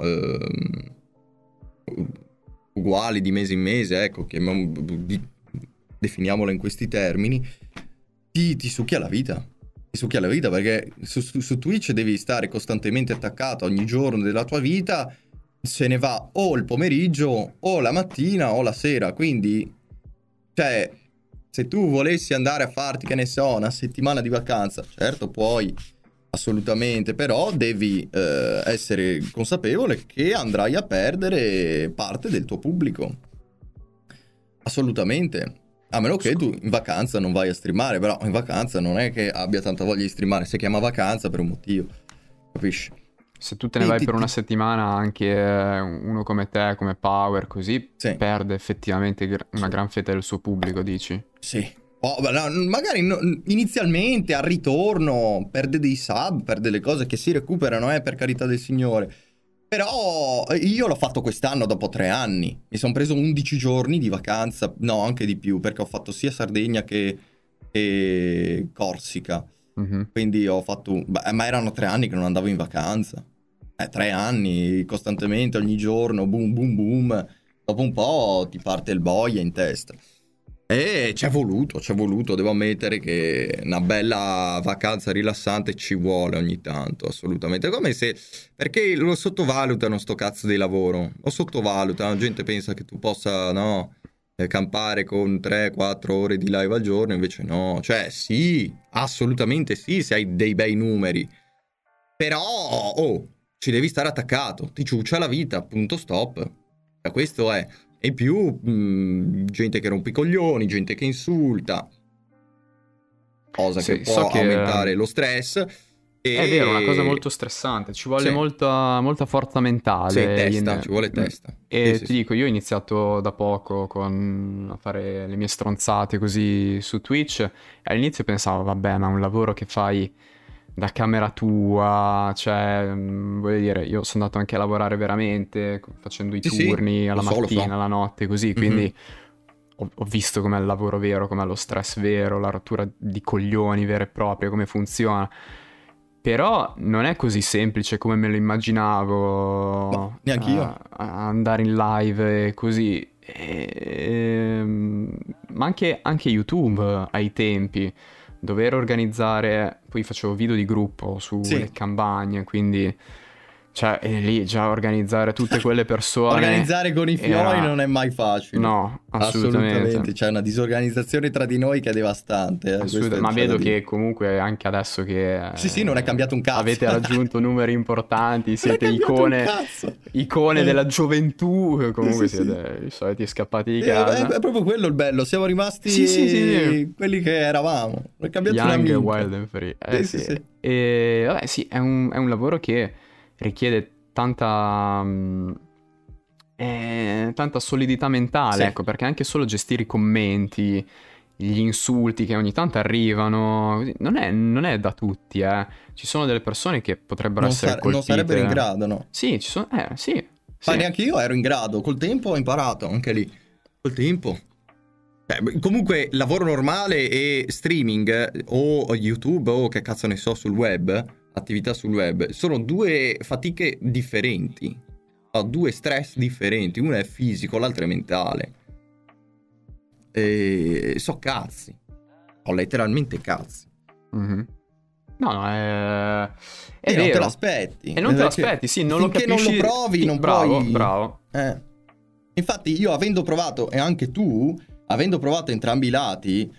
uguali di mese in mese, ecco, definiamolo in questi termini, ti succhia la vita. Ti succhia la vita perché su Twitch devi stare costantemente attaccato ogni giorno della tua vita, se ne va o il pomeriggio o la mattina o la sera, quindi, cioè, se tu volessi andare a farti, che ne so, una settimana di vacanza, certo puoi, assolutamente, però devi essere consapevole che andrai a perdere parte del tuo pubblico. Assolutamente. A meno che tu in vacanza non vai a streamare, però in vacanza non è che abbia tanta voglia di streamare, si chiama vacanza per un motivo, capisci? Se tu te ne vai per una Ti- settimana, anche uno come te, come Power, così, Sì, perde effettivamente una sì, gran fetta del suo pubblico, dici? sì. Oh, beh, no, magari inizialmente al ritorno perde dei sub, perde delle cose che si recuperano, per carità del Signore. Però io l'ho fatto quest'anno dopo 3 anni. Mi sono preso 11 giorni di vacanza, no, anche di più, perché ho fatto sia Sardegna che Corsica. Mhm. Quindi ho fatto... Beh, ma erano 3 anni che non andavo in vacanza. 3 anni, costantemente, ogni giorno, boom, boom, boom. Dopo un po' ti parte il boia in testa. E ci è voluto, devo ammettere che una bella vacanza rilassante ci vuole ogni tanto, assolutamente. È come se, perché lo sottovalutano sto cazzo di lavoro, lo sottovalutano, la gente pensa che tu possa, no, campare con 3-4 ore di live al giorno, invece no, cioè sì, assolutamente sì, se hai dei bei numeri, però, oh, ci devi stare attaccato, ti ciuccia la vita, punto stop. Questo è. E più gente che rompe i coglioni, gente che insulta, cosa che Sì, so può che aumentare lo stress. È vero, una cosa molto stressante, ci vuole Sì. molta forza mentale. Sì, testa, ci vuole testa. E Sì, ti sì, dico, io ho iniziato da poco a fare le mie stronzate così su Twitch, e all'inizio pensavo, vabbè, ma è un lavoro che fai da camera tua, cioè, voglio dire, io sono andato anche a lavorare veramente, facendo i sì, sì, turni alla lo so, lo so. mattina, alla notte, così, Mhm. quindi ho visto com'è il lavoro vero, com'è lo stress vero, la rottura di coglioni vera e propria, come funziona. Però non è così semplice come me lo Ma immaginavo, neanche io. andare in live e così. Ma anche YouTube ai tempi, dover organizzare, poi facevo video di gruppo sulle Sì. campagne, quindi cioè lì già organizzare tutte quelle persone Organizzare con i fioi era... non è mai facile. No, Assolutamente. assolutamente. C'è una disorganizzazione tra di noi che è devastante. Questo Ma c'è da vedo dire. che comunque anche adesso che Sì, sì, non è cambiato un cazzo. avete raggiunto numeri importanti, Non è siete cambiato un cazzo. icone della gioventù, comunque Sì, sì. siete i soliti scappati di È casa. proprio quello il bello. Siamo rimasti Sì, sì, sì, sì. quelli che eravamo. Non è cambiato una Young, minchia. wild and free. Sì, Sì. sì, sì. E vabbè, sì, è un lavoro che richiede tanta solidità mentale, Sì. ecco, perché anche solo gestire i commenti, gli insulti che ogni tanto arrivano, così, non è da tutti, eh. Ci sono delle persone che potrebbero essere Non colpite. sarebbero in grado, no? Sì, ci sono, sì, Ma sì. neanche io ero in grado. Col tempo ho imparato, anche lì. Col tempo. Comunque, lavoro normale e streaming o YouTube o che cazzo ne so sul web, attività sul web, sono due fatiche differenti. Ho due stress differenti. Uno è fisico, l'altro è mentale. E so cazzi. Ho letteralmente cazzi. Mhm. No, è E non te vero. l'aspetti. E non te Perché l'aspetti, sì, non lo finché capisci. non lo provi, non bravo, puoi. bravo. Infatti, io avendo provato, e anche tu, avendo provato entrambi i lati,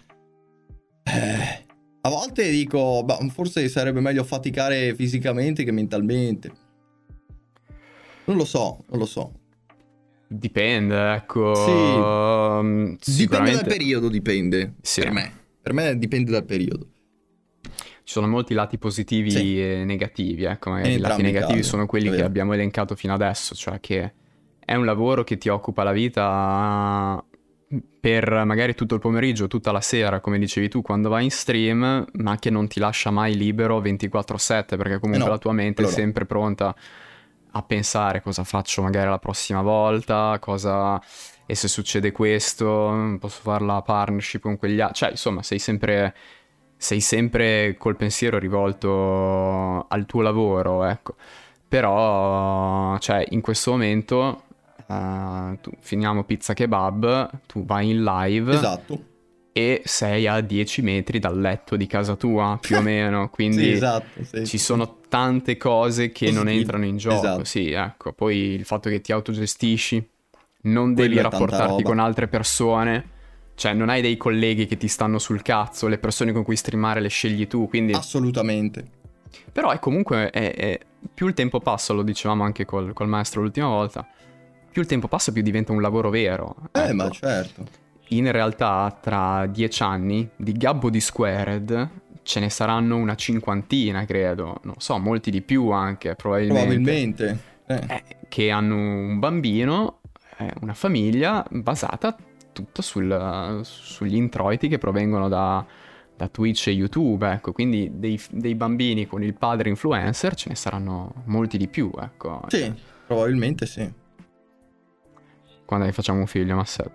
a volte dico, forse sarebbe meglio faticare fisicamente che mentalmente. Non lo so. Dipende, ecco. Sì. Dipende Sicuramente dal periodo, dipende. Sì. Per me. Per me dipende dal periodo. ci sono molti lati positivi Sì. e negativi, ecco. Magari In i lati entrambi i negativi casi, sono quelli è che vero. abbiamo elencato fino adesso, cioè che è un lavoro che ti occupa la vita per magari tutto il pomeriggio, tutta la sera, come dicevi tu, quando vai in stream, ma che non ti lascia mai libero 24/7, perché comunque no, la tua mente è quello no. sempre pronta a pensare cosa faccio magari la prossima volta, e se succede questo, posso fare la partnership con quegli altri, cioè insomma sei sempre col pensiero rivolto al tuo lavoro, ecco. Però, cioè, in questo momento, finiamo pizza kebab, tu vai in live Esatto. e sei a 10 metri dal letto di casa tua, più o meno, quindi Sì, esatto. Sì, ci sì, sono tante cose che non Positivo. entrano in gioco, Esatto. sì, ecco. Poi il fatto che ti autogestisci, non Quello devi è tanta rapportarti roba. con altre persone, cioè non hai dei colleghi che ti stanno sul cazzo, le persone con cui streamare le scegli tu, quindi... Assolutamente. Però è comunque, più il tempo passa, lo dicevamo anche col maestro l'ultima volta, più il tempo passa più diventa un lavoro vero. Ecco. Ma certo. In realtà tra 10 anni di Gabbo di Squared ce ne saranno una cinquantina, credo, non so, molti di più anche, Probabilmente. che hanno un bambino, una famiglia basata tutta sugli introiti che provengono da Twitch e YouTube, ecco, quindi dei bambini con il padre influencer ce ne saranno molti di più, ecco. Sì, probabilmente sì. Quando ne facciamo un figlio, ma se...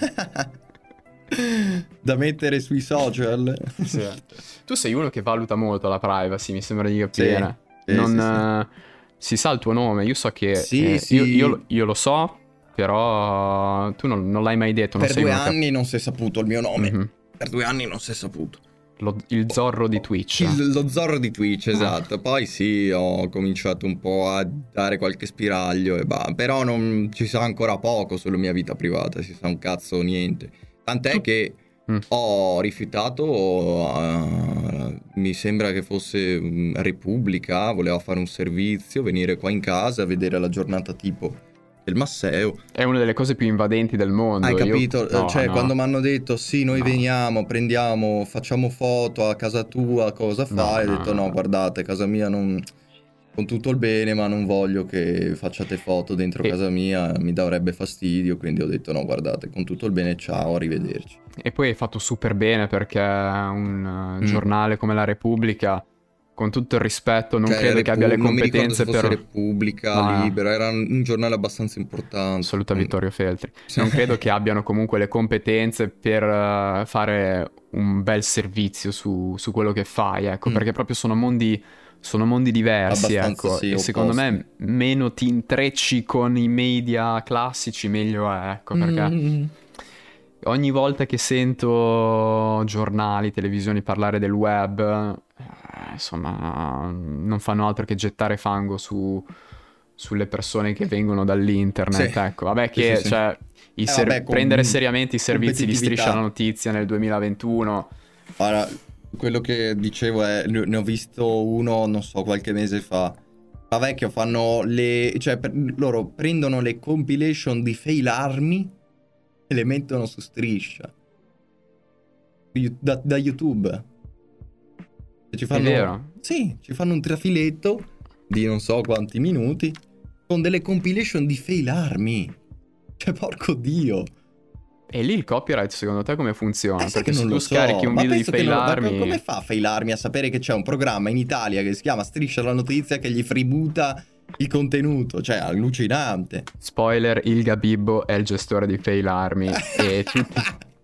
Da mettere sui social. Sì. Tu sei uno che valuta molto la privacy, mi sembra di capire. Sì, Si sa il tuo nome, io so che... Sì, sì. Io lo so, però tu non l'hai mai detto. Non Per sei 2 uno che- anni non si è saputo il mio nome. Mhm. Per 2 anni non si è saputo. Il Zorro di Twitch. Lo Zorro di Twitch, esatto. Poi sì, ho cominciato un po' a dare qualche spiraglio e però non ci sa ancora poco sulla mia vita privata, si sa un cazzo niente. Tant'è che ho rifiutato, mi sembra che fosse Repubblica, voleva fare un servizio, venire qua in casa, vedere la giornata tipo del Masseo. È una delle cose più invadenti del mondo. Hai capito? No, cioè, no. quando mi hanno detto sì, noi No. veniamo, prendiamo, facciamo foto a casa tua, cosa fai? No, Ho detto no, guardate, casa mia non... con tutto il bene, ma non voglio che facciate foto dentro E- casa mia, mi darebbe fastidio, quindi ho detto no, guardate, con tutto il bene, ciao, arrivederci. E poi hai fatto super bene perché un giornale come La Repubblica, con tutto il rispetto, non Cioè, credo che abbia le non mi ricordo se competenze fosse per... Repubblica, No, Libero, era un giornale abbastanza importante. saluta Vittorio Feltri. Sì. Non credo che abbiano comunque le competenze per fare un bel servizio su quello che fai, ecco, perché proprio sono mondi diversi, Abbastanza, ecco, sì, e secondo opposti. me meno ti intrecci con i media classici, meglio è, ecco, perché ogni volta che sento giornali, televisioni parlare del web, insomma, non fanno altro che gettare fango sulle persone che vengono dall'internet, Sì. ecco. Vabbè Sì, che, sì, sì. cioè, Vabbè, prendere seriamente i servizi di competitività. Striscia la Notizia nel 2021... Ora, quello che dicevo è, ne ho visto uno, non so, qualche mese fa. Ma vecchio, fanno le... cioè, loro prendono le compilation di Fail Army e le mettono su Striscia. Da YouTube. E ci fanno... È vero? Sì, ci fanno un trafiletto di non so quanti minuti con delle compilation di Fail Army. Cioè, porco Dio. E lì il copyright secondo te come funziona? Sai Perché che se non tu lo so, scarichi un ma video di penso che Fail non... ma Army... come fa Fail Army a sapere che c'è un programma in Italia che si chiama Striscia la Notizia che gli freeboota il contenuto? Cioè, allucinante. Spoiler, il Gabibbo è il gestore di Fail Army e tutti...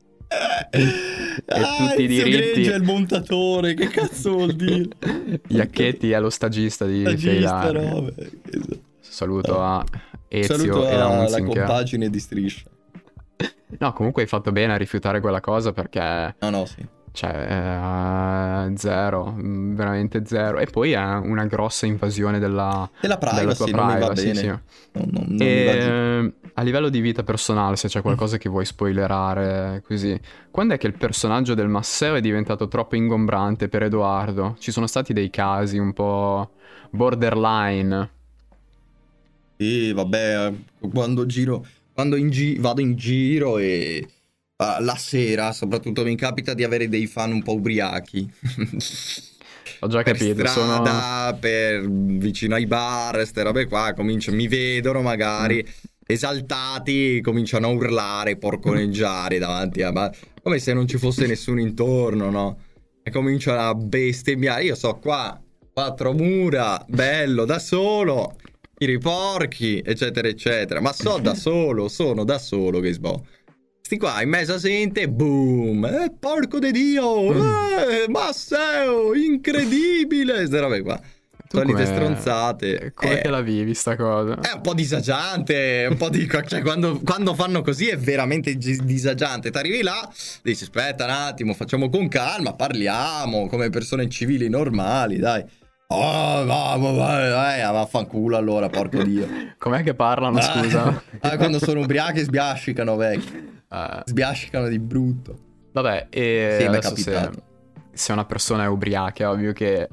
e tutti i Ezio diritti... Greggio è il montatore, che cazzo vuol dire? Iacchetti è lo stagista di Fail Stagista, Army. no, Saluto a Ezio Saluto e la alla Unzinker. compagine di Striscia. No, comunque hai fatto bene a rifiutare quella cosa perché... No, sì. Cioè, zero, veramente zero. E poi è una grossa invasione della tua privacy non mi va privacy, bene. sì. Non mi va di... A livello di vita personale, se c'è qualcosa che vuoi spoilerare, così. Quando è che il personaggio del Masseo è diventato troppo ingombrante per Edoardo? Ci sono stati dei casi un po' borderline. Sì, vabbè, quando vado in giro e la sera soprattutto mi capita di avere dei fan un po' ubriachi. Ho già Per capito, strada, per vicino ai bar, ste robe qua, mi vedono magari esaltati, cominciano a urlare, porconeggiare davanti a... come se non ci fosse nessuno intorno, no? E cominciano a bestemmiare. Io so qua, quattro mura, bello, da solo, i porchi, eccetera, eccetera. Ma sono da solo che sbo. Sti qua in mezzo a gente, boom, porco di Dio, Masseo, incredibile, queste robe qua. Solite stronzate. Come te la vivi sta cosa? È un po' disagiante, un po' di... cioè quando fanno così è veramente disagiante. T'arrivi là, dici aspetta un attimo, facciamo con calma, parliamo come persone civili normali, dai. Oh, vaffanculo allora, porco Dio. Com'è che parlano, scusa? Quando sono ubriachi sbiascicano, vecchio. Sbiascicano di brutto. Vabbè, e sì, adesso se una persona è ubriaca è ovvio che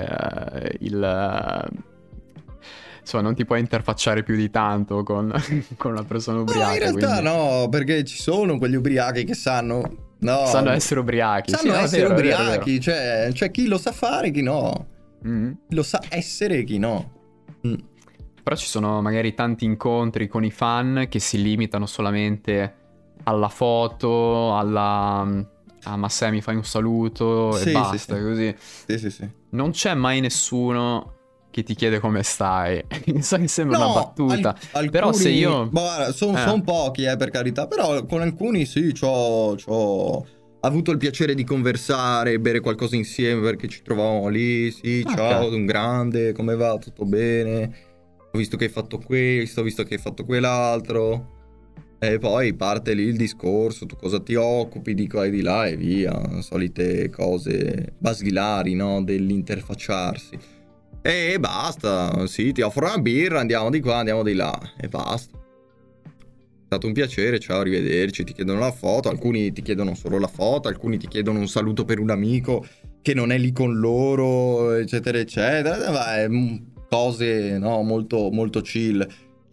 insomma non ti puoi interfacciare più di tanto con una persona ubriaca. No, in realtà quindi... no, perché ci sono quegli ubriachi che sanno... No, sanno essere ubriachi. Sanno sì, essere vero, ubriachi, è vero. Cioè chi lo sa fare e chi no. Lo sa essere e chi no. Però ci sono magari tanti incontri con i fan che si limitano solamente alla foto, alla... Massè mi fai un saluto e basta, sì. così. Sì. Non c'è mai nessuno che ti chiede come stai. Mi sa che sembra una battuta. Alcuni, però se io... sono pochi, per carità. Però con alcuni sì, c'ho avuto il piacere di conversare, bere qualcosa insieme perché ci trovavamo lì. Sì, ciao, un grande, come va? Tutto bene? Ho visto che hai fatto questo, ho visto che hai fatto quell'altro. E poi parte lì il discorso, tu cosa ti occupi, di qua e di là e via, solite cose basilari, no? Dell'interfacciarsi. E basta, sì, ti offro una birra, andiamo di qua, andiamo di là, e basta. È stato un piacere, ciao, arrivederci, ti chiedono la foto, alcuni ti chiedono solo la foto, alcuni ti chiedono un saluto per un amico che non è lì con loro, eccetera, eccetera. Cose, no, molto, molto chill.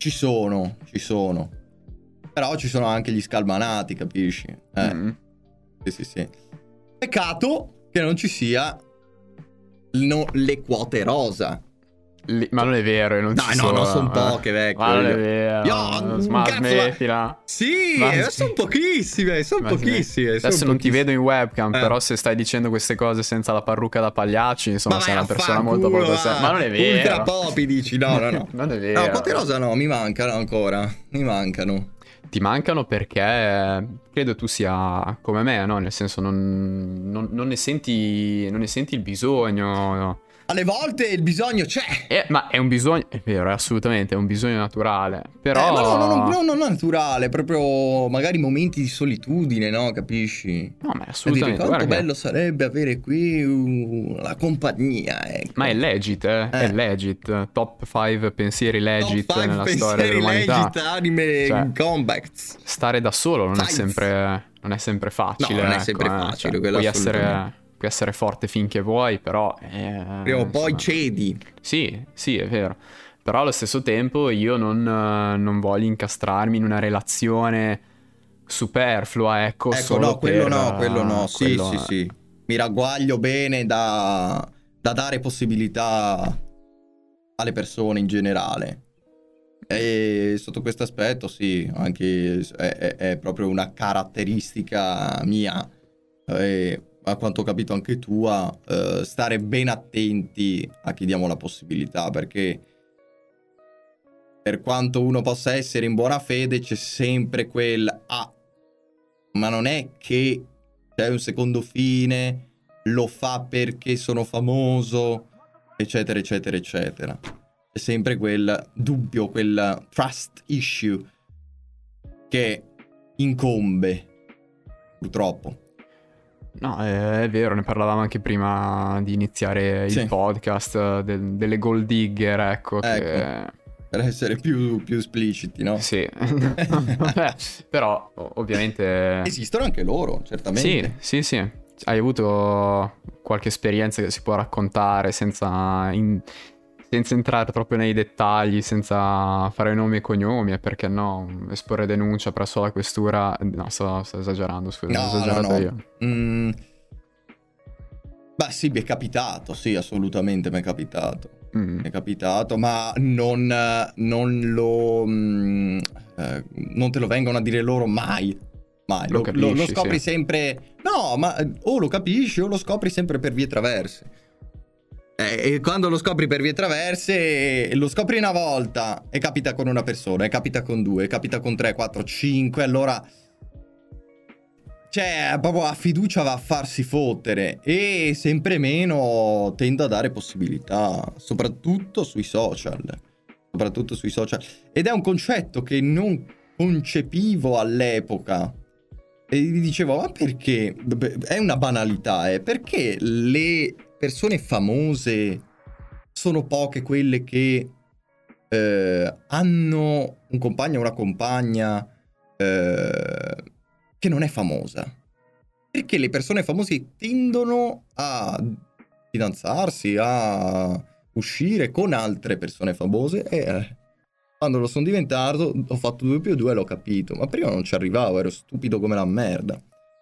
Ci sono. Però ci sono anche gli scalmanati, capisci? Sì. Peccato che non ci sia le quote rosa. Ma non è vero, non ci sono. No, sono poche, vecchio. Ma non è vero. Smettila. Sì, sono pochissime. Adesso non ti vedo in webcam, però se stai dicendo queste cose senza la parrucca da pagliacci, insomma, sei una persona molto poco seria. Ma non è vero. Ultra popi dici, no. Non è vero. No, quote rosa no, mi mancano ancora. Mi mancano. Ti mancano perché credo tu sia come me, no? Nel senso non ne senti il bisogno, no? Alle volte il bisogno c'è. Ma è un bisogno, è vero, è assolutamente, è un bisogno naturale. Però... ma non naturale, proprio magari momenti di solitudine, no? Capisci? No, ma è assolutamente. Quanto bello sarebbe avere qui la compagnia, ecco. Ma è legit, è legit. Top 5 pensieri legit Top 5 nella storia dell'umanità. Legit anime comebacks. Stare da solo non è sempre facile. No, non è sempre facile. Puoi essere forte finché vuoi, però... Prima o poi cedi. Sì, è vero. Però allo stesso tempo io non voglio incastrarmi in una relazione superflua, ecco. Solo quello no. Sì. Mi ragguaglio bene da dare possibilità alle persone in generale. E sotto questo aspetto, sì, anche è proprio una caratteristica mia. A quanto ho capito anche tua, stare ben attenti a chi diamo la possibilità, perché per quanto uno possa essere in buona fede c'è sempre ma non è che c'è un secondo fine, lo fa perché sono famoso, eccetera. C'è sempre quel dubbio, quel trust issue che incombe, purtroppo. No, è vero, ne parlavamo anche prima di iniziare il podcast delle gold digger, ecco. Che... Per essere più espliciti, no? Sì, vabbè, però ovviamente... Esistono anche loro, certamente. Sì. Hai avuto qualche esperienza che si può raccontare senza entrare proprio nei dettagli, senza fare nomi e cognomi, e perché no, esporre denuncia presso la questura. No, sto esagerando, scusa, ho esagerato io. Beh sì, mi è capitato, sì, assolutamente mi è capitato. Mi è capitato, ma non te lo vengono a dire loro mai. Lo scopri sempre. No, ma o lo capisci o lo scopri sempre per vie traverse. E quando lo scopri per vie traverse, lo scopri una volta e capita con una persona, e capita con due, e capita con 3, 4, 5, allora proprio la fiducia va a farsi fottere, e sempre meno tendo a dare possibilità, soprattutto sui social. Ed è un concetto che non concepivo all'epoca. E gli dicevo, ma perché? È una banalità, perché le persone famose sono poche quelle che hanno un compagno o una compagna che non è famosa? Perché le persone famose tendono a fidanzarsi, a uscire con altre persone famose, e quando lo sono diventato ho fatto 2 più 2 e l'ho capito, ma prima non ci arrivavo, ero stupido come la merda.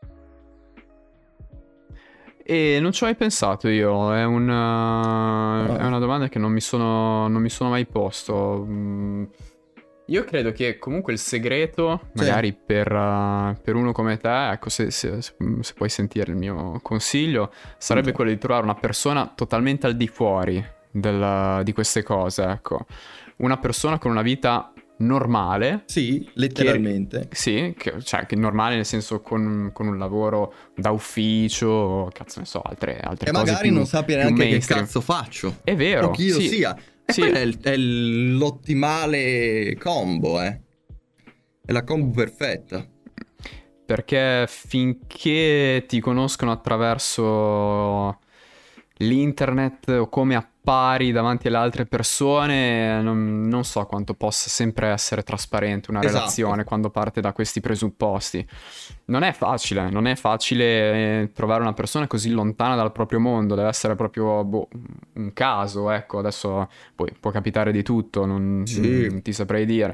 E non ci ho mai pensato io, è una domanda che non mi sono mai posto. Io credo che comunque il segreto, magari per uno come te, ecco, se puoi sentire il mio consiglio, sarebbe quello di trovare una persona totalmente al di fuori di queste cose, ecco. Una persona con una vita normale. Sì, letteralmente. Che è normale nel senso con un lavoro da ufficio, cazzo ne so, altre cose. E magari non sappia neanche che cazzo faccio. È vero. O chi io sia. E sì. È l'ottimale combo, È la combo perfetta. Perché finché ti conoscono attraverso l'internet o come pari davanti alle altre persone, non so quanto possa sempre essere trasparente una Esatto. relazione quando parte da questi presupposti. Non è facile trovare una persona così lontana dal proprio mondo, deve essere proprio un caso, ecco, adesso poi può capitare di tutto, Sì. non ti saprei dire.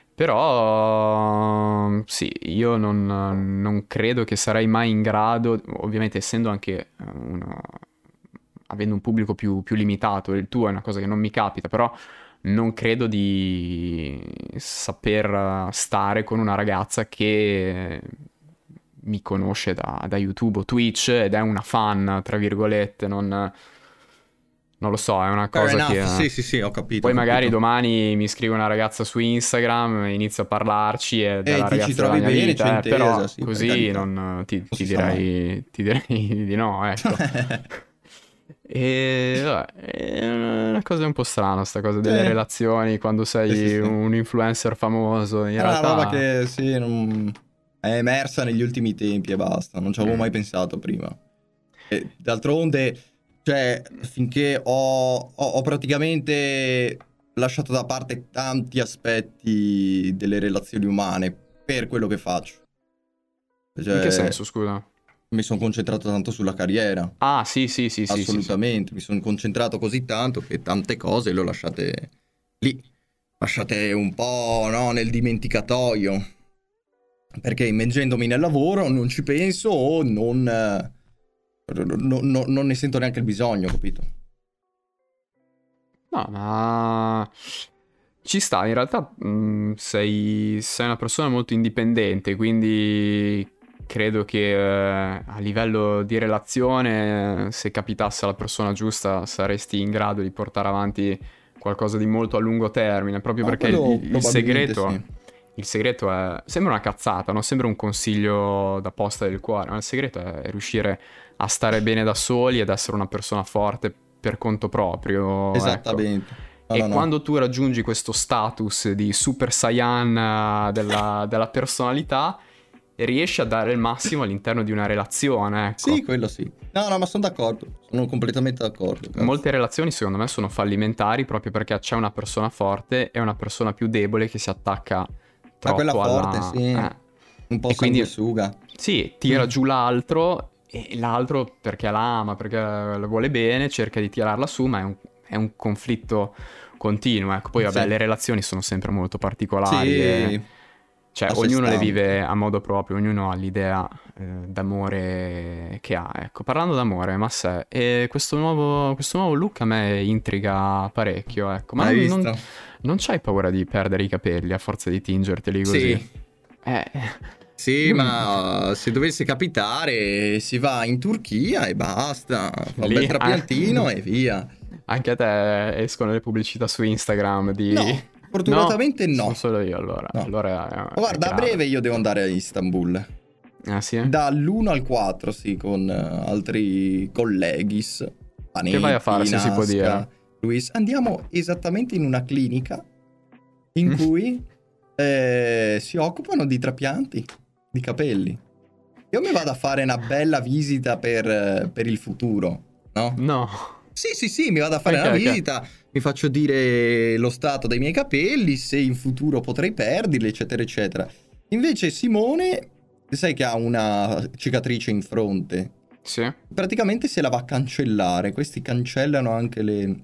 Però sì, io non credo che sarei mai in grado, ovviamente essendo anche avendo un pubblico più limitato, il tuo è una cosa che non mi capita, però non credo di saper stare con una ragazza che mi conosce da YouTube o Twitch ed è una fan, tra virgolette, non lo so, è una Fair cosa enough. che... Sì, ho capito. Poi ho magari capito. domani mi scrive una ragazza su Instagram, inizio a parlarci ed è E la ti ci ragazza della trovi mia bene, vita, c'è però intesa, sì, per così carità. non, Non si sa mai. ti direi di no, ecco. E vabbè, è una cosa un po' strana sta cosa delle Sì, relazioni quando sì, sei sì. un influencer famoso, in È una roba realtà... che sì, è emersa negli ultimi tempi e basta, non ci avevo mai Mm. pensato prima. E d'altronde, cioè, finché ho praticamente lasciato da parte tanti aspetti delle relazioni umane per quello che faccio. In che Cioè, senso, scusa? mi sono concentrato tanto sulla carriera. Ah, sì. Assolutamente, mi sono concentrato così tanto che tante cose le ho lasciate lì, lasciate un po', no, nel dimenticatoio, perché immergendomi nel lavoro non ci penso o non ne sento neanche il bisogno, capito? No, ma ci sta, in realtà sei una persona molto indipendente, quindi credo che a livello di relazione, se capitasse alla persona giusta, saresti in grado di portare avanti qualcosa di molto a lungo termine, proprio No, perché quello il probabilmente segreto, sì. il segreto è, sembra una cazzata, non sembra un consiglio da posta del cuore, ma il segreto è riuscire a stare bene da soli ed essere una persona forte per conto proprio, ecco. Esattamente. No, E no, no. quando tu raggiungi questo status di Super Saiyan della personalità, riesci a dare il massimo all'interno di una relazione, Sì, ecco. quello sì. No, ma sono d'accordo. Sono completamente d'accordo, cazzo. Molte relazioni secondo me sono fallimentari proprio perché c'è una persona forte e una persona più debole che si attacca Ma quella troppo forte, alla... sì. Un po' E quindi sanguisuga. sì, tira giù l'altro e l'altro perché la ama, perché la vuole bene, cerca di tirarla su, ma è un conflitto continuo, ecco. Poi vabbè, Sì. le relazioni sono sempre molto particolari e... Sì, Cioè, a sé ognuno le stante. vive a modo proprio, ognuno ha l'idea d'amore che ha. Ecco, parlando d'amore, ma se questo nuovo look a me intriga parecchio, ecco. Ma Hai visto? non c'hai paura di perdere i capelli a forza di tingerteli così? Sì. Eh, Sì, io ma se dovesse capitare si va in Turchia e basta, fa un bel lì trapiantino e via. anche a te escono le pubblicità su Instagram di... No, No? fortunatamente Sono no. solo io allora. No. Allora è Guarda, a grave. breve io devo andare a Istanbul. Ah sì? Dall'1 al 4, sì, con altri colleghis. Che vai a Panetti, fare se si può Nasca, dire? Luis. Andiamo esattamente in una clinica in cui si occupano di trapianti di capelli. Io mi vado a fare una bella visita per il futuro, no? No. Sì, mi vado a fare una Ok. visita, mi faccio dire lo stato dei miei capelli, se in futuro potrei perderli, eccetera, eccetera. Invece Simone, sai che ha una cicatrice in fronte, Sì. praticamente se la va a cancellare. Questi cancellano anche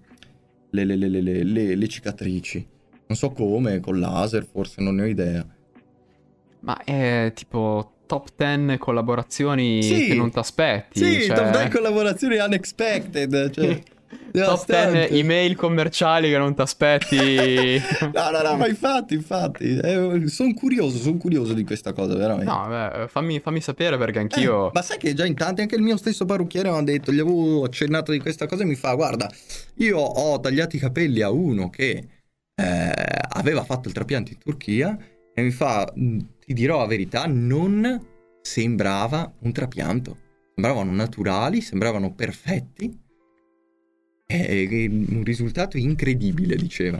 le cicatrici. Non so come, con laser, forse, non ne ho idea. Ma è tipo top 10 collaborazioni che non Sì, ti aspetti, sì, top 10 cioè... collaborazioni unexpected, cioè, Top 10 devastante. email commerciali che non ti aspetti. No, ma infatti, sono curioso di questa cosa, veramente. No, vabbè, fammi sapere perché anch'io... Ma sai che già in tanti, anche il mio stesso parrucchiere mi ha detto, gli avevo accennato di questa cosa e mi fa, guarda, io ho tagliato i capelli a uno che aveva fatto il trapianto in Turchia e mi fa, ti dirò la verità, non sembrava un trapianto, sembravano naturali, sembravano perfetti, e un risultato incredibile, diceva.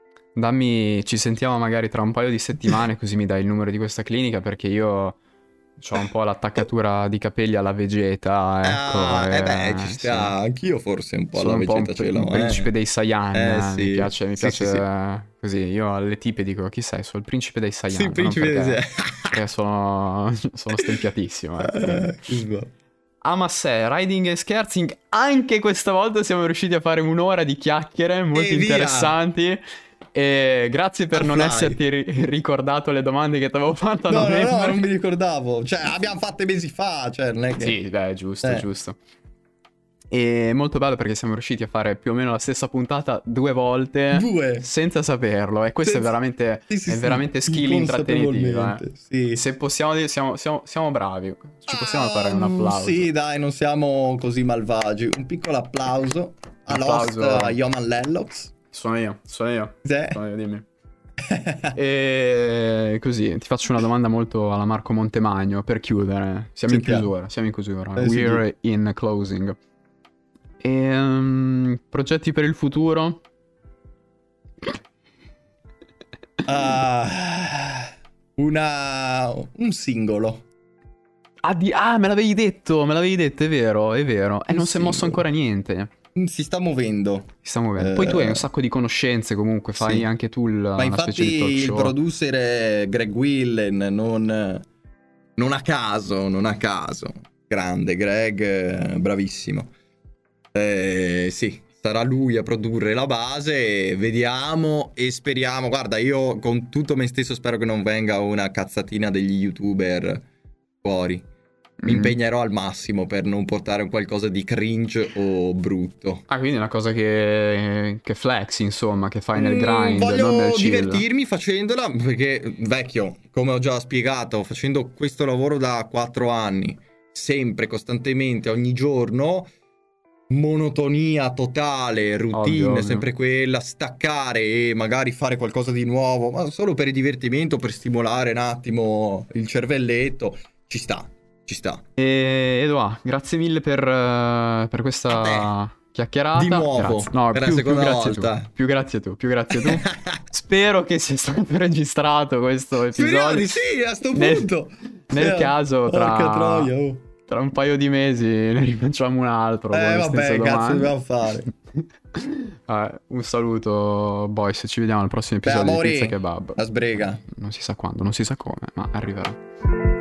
Ci sentiamo magari tra un paio di settimane così mi dai il numero di questa clinica perché io C'ho un po' l'attaccatura di capelli alla Vegeta, ecco. Ci sta, anch'io forse un po' Sono alla un po' Vegeta ce l'ho, un principe dei Saiyan, sì. mi piace, Sì. così. Io alle tipe dico, chi sei? Sono il principe dei Saiyan, Sì, il ma non principe perché sono stempiatissimo. Che Ma se, riding e scherzing, anche questa volta siamo riusciti a fare un'ora di chiacchiere molto E via! interessanti. E grazie per non Fly. esserti ricordato le domande che ti avevo fatto a No, novembre. non mi ricordavo. Cioè, abbiamo fatte mesi fa, cioè, non è che... Sì, beh, giusto. E molto bello perché siamo riusciti a fare più o meno la stessa puntata 2 volte senza saperlo. E questo è veramente, è veramente skill intrattenitiva. Sì. Se possiamo dire, siamo bravi. Ci possiamo fare un applauso. Sì, dai, non siamo così malvagi. Un piccolo applauso all'host Yoman Lennox. Sono io. Sì. Sono io, dimmi. E così ti faccio una domanda molto alla Marco Montemagno per chiudere. Siamo in chiusura. We're in closing. Progetti per il futuro? Un singolo. Me l'avevi detto, è vero. E non si è mosso ancora niente. Si sta muovendo. Poi tu hai un sacco di conoscenze comunque, fai anche tu Ma una specie di talk infatti show. il producer è Greg Willen, non a caso. Grande Greg, bravissimo. Sì, sarà lui a produrre la base, vediamo e speriamo. Guarda, io con tutto me stesso spero che non venga una cazzatina degli YouTuber fuori. Mi impegnerò al massimo per non portare un qualcosa di cringe o brutto. Quindi è una cosa che flex, insomma, che fai nel grind, non nel voglio chill. divertirmi facendola, perché vecchio, come ho già spiegato, facendo questo lavoro da 4 anni, sempre, costantemente, ogni giorno, monotonia totale, routine, Ovvio. sempre quella, staccare e magari fare qualcosa di nuovo, ma solo per il divertimento, per stimolare un attimo il cervelletto, ci sta. E Edoa, grazie mille per questa chiacchierata. Di nuovo, grazie. No, per la seconda volta. Più grazie tu. Spero che sia stato registrato questo episodio. Speriamo di sì, a sto punto. Nel caso, porca troia, tra un paio di mesi ne rifacciamo un altro. Vabbè, cazzo dobbiamo fare. Un saluto, boys. Ci vediamo al prossimo episodio di Pizza Kebab. La sbrega. Non si sa quando, non si sa come, ma arriverà.